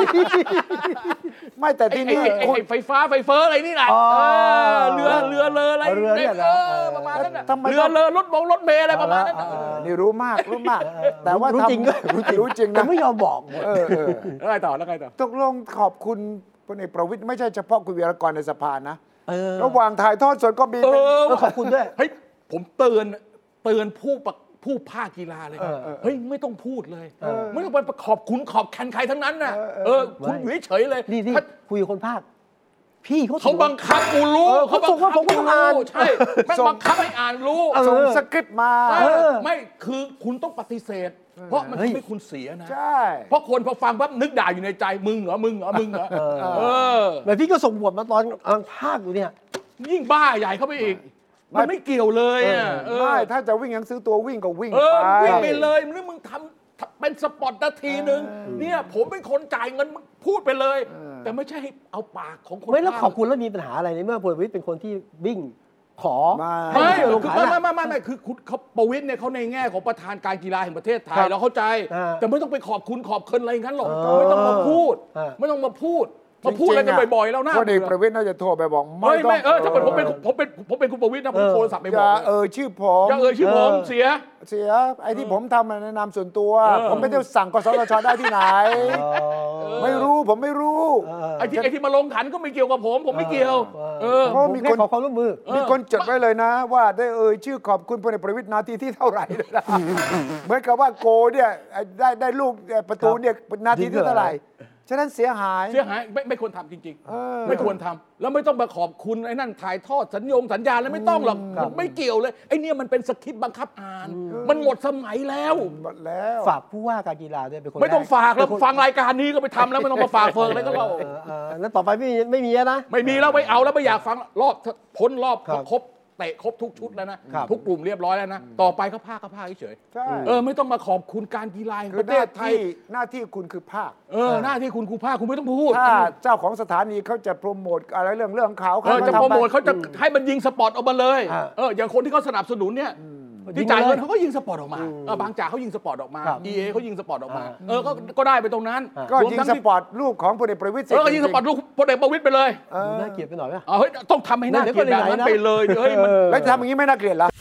ไม่แต่ที่นี่ไฟฟ้าไฟเฟอร์อะไรนี่แหละเรือเรือเลออะไรเรือเนี่ยประมาณนั้นเรือเลอรถบงรถเมล์อะไรประมาณนั้นนี่รู้มากรู้มากแต่ว่ารู้จริงก็รู้จริงนะไม่ยอมบอกแล้วไงต่อแล้วไงต่อตกลงขอบคุณพลเอกประวิตรไม่ใช่เฉพาะคุณวีรกรในสภานะระหว่างถ่ายทอดสดก็มีขอบคุณด้วยเฮ้ยผมเตือนเตือนผู้ผู้ภาคกีฬาเลยเฮ้ยไม่ต้องพูดเลยไม่ต้องไปขอบคุณขอบแคนใครทั้งนั้นน่ะเออคุณอยู่เฉยเลยนี่คุยกับคนภาคพี่เขาเขาบังคับกูรู้เขาส่งว่าผมก็อ่านใช่แม่งบังคับให้อ่านรู้ส่งสคริปต์มาไม่คือคุณต้องปฏิเสธเพราะมันทำให้คุณเสียนะใช่เพราะคนพอฟังปั๊บนึกด่าอยู่ในใจมึงเหรอมึงเหรอมึงเหรอเออแต่พี่ก็ส่งบทมาตอนกำลังภาคอยู่เนี่ยยิ่งบ้าใหญ่เข้าไปอีกมันไม่เกี่ยวเลยอ่ะไม่ถ้าจะวิ่งยังซื้อตัววิ่งก็วิ่งไปวิ่งไปเลยหรือมึงทำเป็นสปอตนาทีนึงเนี่ยผมเป็นคนจ่ายเงินพูดไปเลยแต่ไม่ใช่เอาปากของคนไม่แล้วขอบคุณแล้วมีปัญหาอะไรในเมื่อพลเอกประวิตรเป็นคนที่วิ่งขอไม่ไม่ไม่ไม่ไม่คือเขาประวิตรเนี่ยเขาในแง่ของประธานการกีฬาแห่งประเทศไทยเราเข้าใจแต่ไม่ต้องไปขอบคุณขอบคุณอะไรงั้นหรอกไม่ต้องมาพูดไม่ต้องมาพูดมาพูดอะไรกันบ่อยๆแล้วนะพลเอกประวิตรน่าจะโทรไปบอกไม่ไม่เออถ้าเป็นผมเป็นผมเป็นผมเป็นคุณประวิตรนะผมโทรศัพท์ไปบอกอย่าเอ่ยชื่อผมอย่าเอ่ยชื่อผมเสียเสียไอ้ที่ผมทำในนามส่วนตัวผมไม่ได้สั่งกสทชได้ที่ไหนไม่รู้ผมไม่รู้ไอ้ที่ไอ้ที่มาลงขันก็ไม่เกี่ยวกับผมผมไม่เกี่ยวเออเพราะมีคนขอความร่วมมือมีคนจดไว้เลยนะว่าได้เอ่ยชื่อขอบคุณพลเอกประวิตรนาทีที่เท่าไหร่เหมือนกับว่าโกเนี่ยได้ได้ลูกประตูเนี่ยนาทีที่เท่าไหร่ฉะนั้นเสียหายเสียหายไม่ไม่ควรทำจริงๆไม่ควรทำแล้วไม่ต้องมาขอบคุณไอ้นั่นถ่ายทอดสัญญงสัญญาแล้วไม่ต้องหรอกไม่เกี่ยวเลยไอ้นี่มันเป็นสคริปต์บังคับอ่านมันหมดสมัยแล้วหมดแล้วฝากผู้ว่าการกีฬาด้วยเป็นคนไม่ต้องฝากแล้วฟังรายการนี้ก็ไปทำแล้วไม่ต้องมาฝากเฟิร์นอะไรก็เราแล้วต่อไปไม่ไม่มีนะไม่มีแล้วไม่เอาแล้วไม่อยากฟังรอบพ้นรอบครบเตะครบทุกชุดแล้วนะทุกกลุ่มเรียบร้อยแล้วนะต่อไปก็ภาคก็ภาคเฉยเออไม่ต้องมาขอบคุณการกีฬาแห่งประเทศไทยหน้าที่คุณคือภาคเออหน้าที่คุณคือภาคคุณไม่ต้องพูดถ้าเจ้าของสถานีเขาจะโปรโมทอะไรเรื่องเรื่องเขาเขาจะโปรโมทเขาจะให้มันยิงสปอตออกมาเลยเอออย่างคนที่เขาสนับสนุนเนี่ยที่จ่ายเงินเขาก็ยิงสปอร์ตออกมาบางจากเขายิงสปอร์ตออกมา อี เอ เขายิงสปอร์ตออกมาเออก็ได้ไปตรงนั้นก็ยิงสปอร์ตรูปของพลเอกประวิตรเออก็ยิงสปอร์ตรูปพลเอกประวิตรไปเลยน่าเกลียดไปหน่อยไหมเฮ้ยต้องทำให้น่าเกลียดแบบนั้นไปเลยเฮ้ยแล้วทำอย่างนี้ไม่น่าเกลียดแล้ว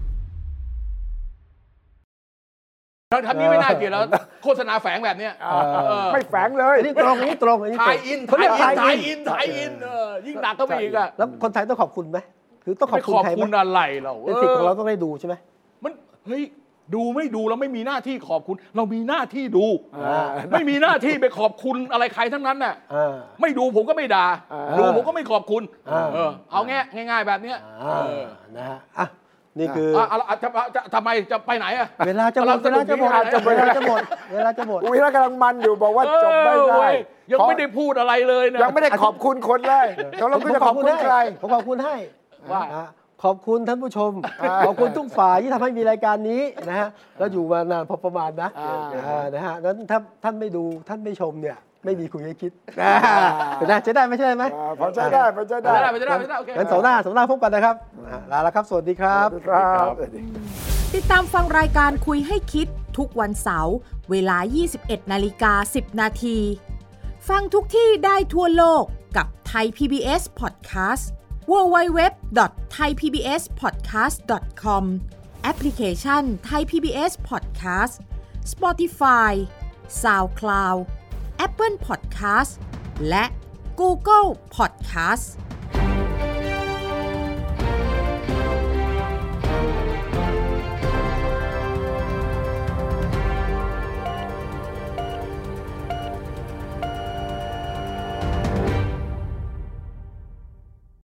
ทำนี้ไม่น่าเกลียดแล้วโฆษณาแฝงแบบนี้ไม่แฝงเลยนี่ตรงนี้ตรงนี้ถ่ายอินถ่ายอินถ่ายอินถ่ายอินยิ่งหนักก็ไปอีกอ่ะแล้วคนไทยต้องขอบคุณไหมคือต้องขอบคุณใครขอบคุณอะไรเราเป็นสิทธิ์ของเราต้องได้ดูใช่ไหมมันเฮ้ยดูไม่ดูเราไม่มีหน้าที่ขอบคุณเรามีหน้าที่ดูไม่มีหน้าที่ไปขอบคุณอะไรใครทั้งนั้นน่ะไม่ดูผมก็ไม่ด่าดูผมก็ไม่ขอบคุณเอาแง่ง่ายๆแบบนี้นะฮะอ่ะนี่คือจะทำไมจะไปไหนอะเวลาจะหมดเวลาจะหมดเวลาจะหมดเวลาจะหมดเวลากำลังมันอยู่บอกว่าจบไม่ได้ยังไม่ได้พูดอะไรเลยนะยังไม่ได้ขอบคุณคนเลยเราก็จะขอบคุณใครผมขอบคุณให้ว่าขอบคุณท่านผู้ชมขอบคุณทุกฝ่ายที่ทำให้มีรายการนี้นะฮะแล้วอยู่มานานพอประมาณนะนะฮะนั้นถ้าท่านไม่ดูท่านไม่ชมเนี่ยไม่มีคุยให้คิดนะจะได้ไม่ใช่ไหมพอจะได้พอจะได้พอจะได้พอจะได้โอเคงั้นเสาร์หน้าเสาร์หน้าพบกันนะครับลาแล้วครับสวัสดีครับติดตามฟังรายการคุยให้คิดทุกวันเสาร์เวลา ยี่สิบเอ็ดนาฬิกาสิบนาทีฟังทุกที่ได้ทั่วโลกกับ Thai พี บี เอส Podcastดับเบิลยู ดับเบิลยู ดับเบิลยู ดอท ไทย พี บี เอส พอดแคสต์ ดอท คอม แอปพลิเคชัน Thai พี บี เอส Podcast Spotify SoundCloud Apple Podcast และ Google Podcast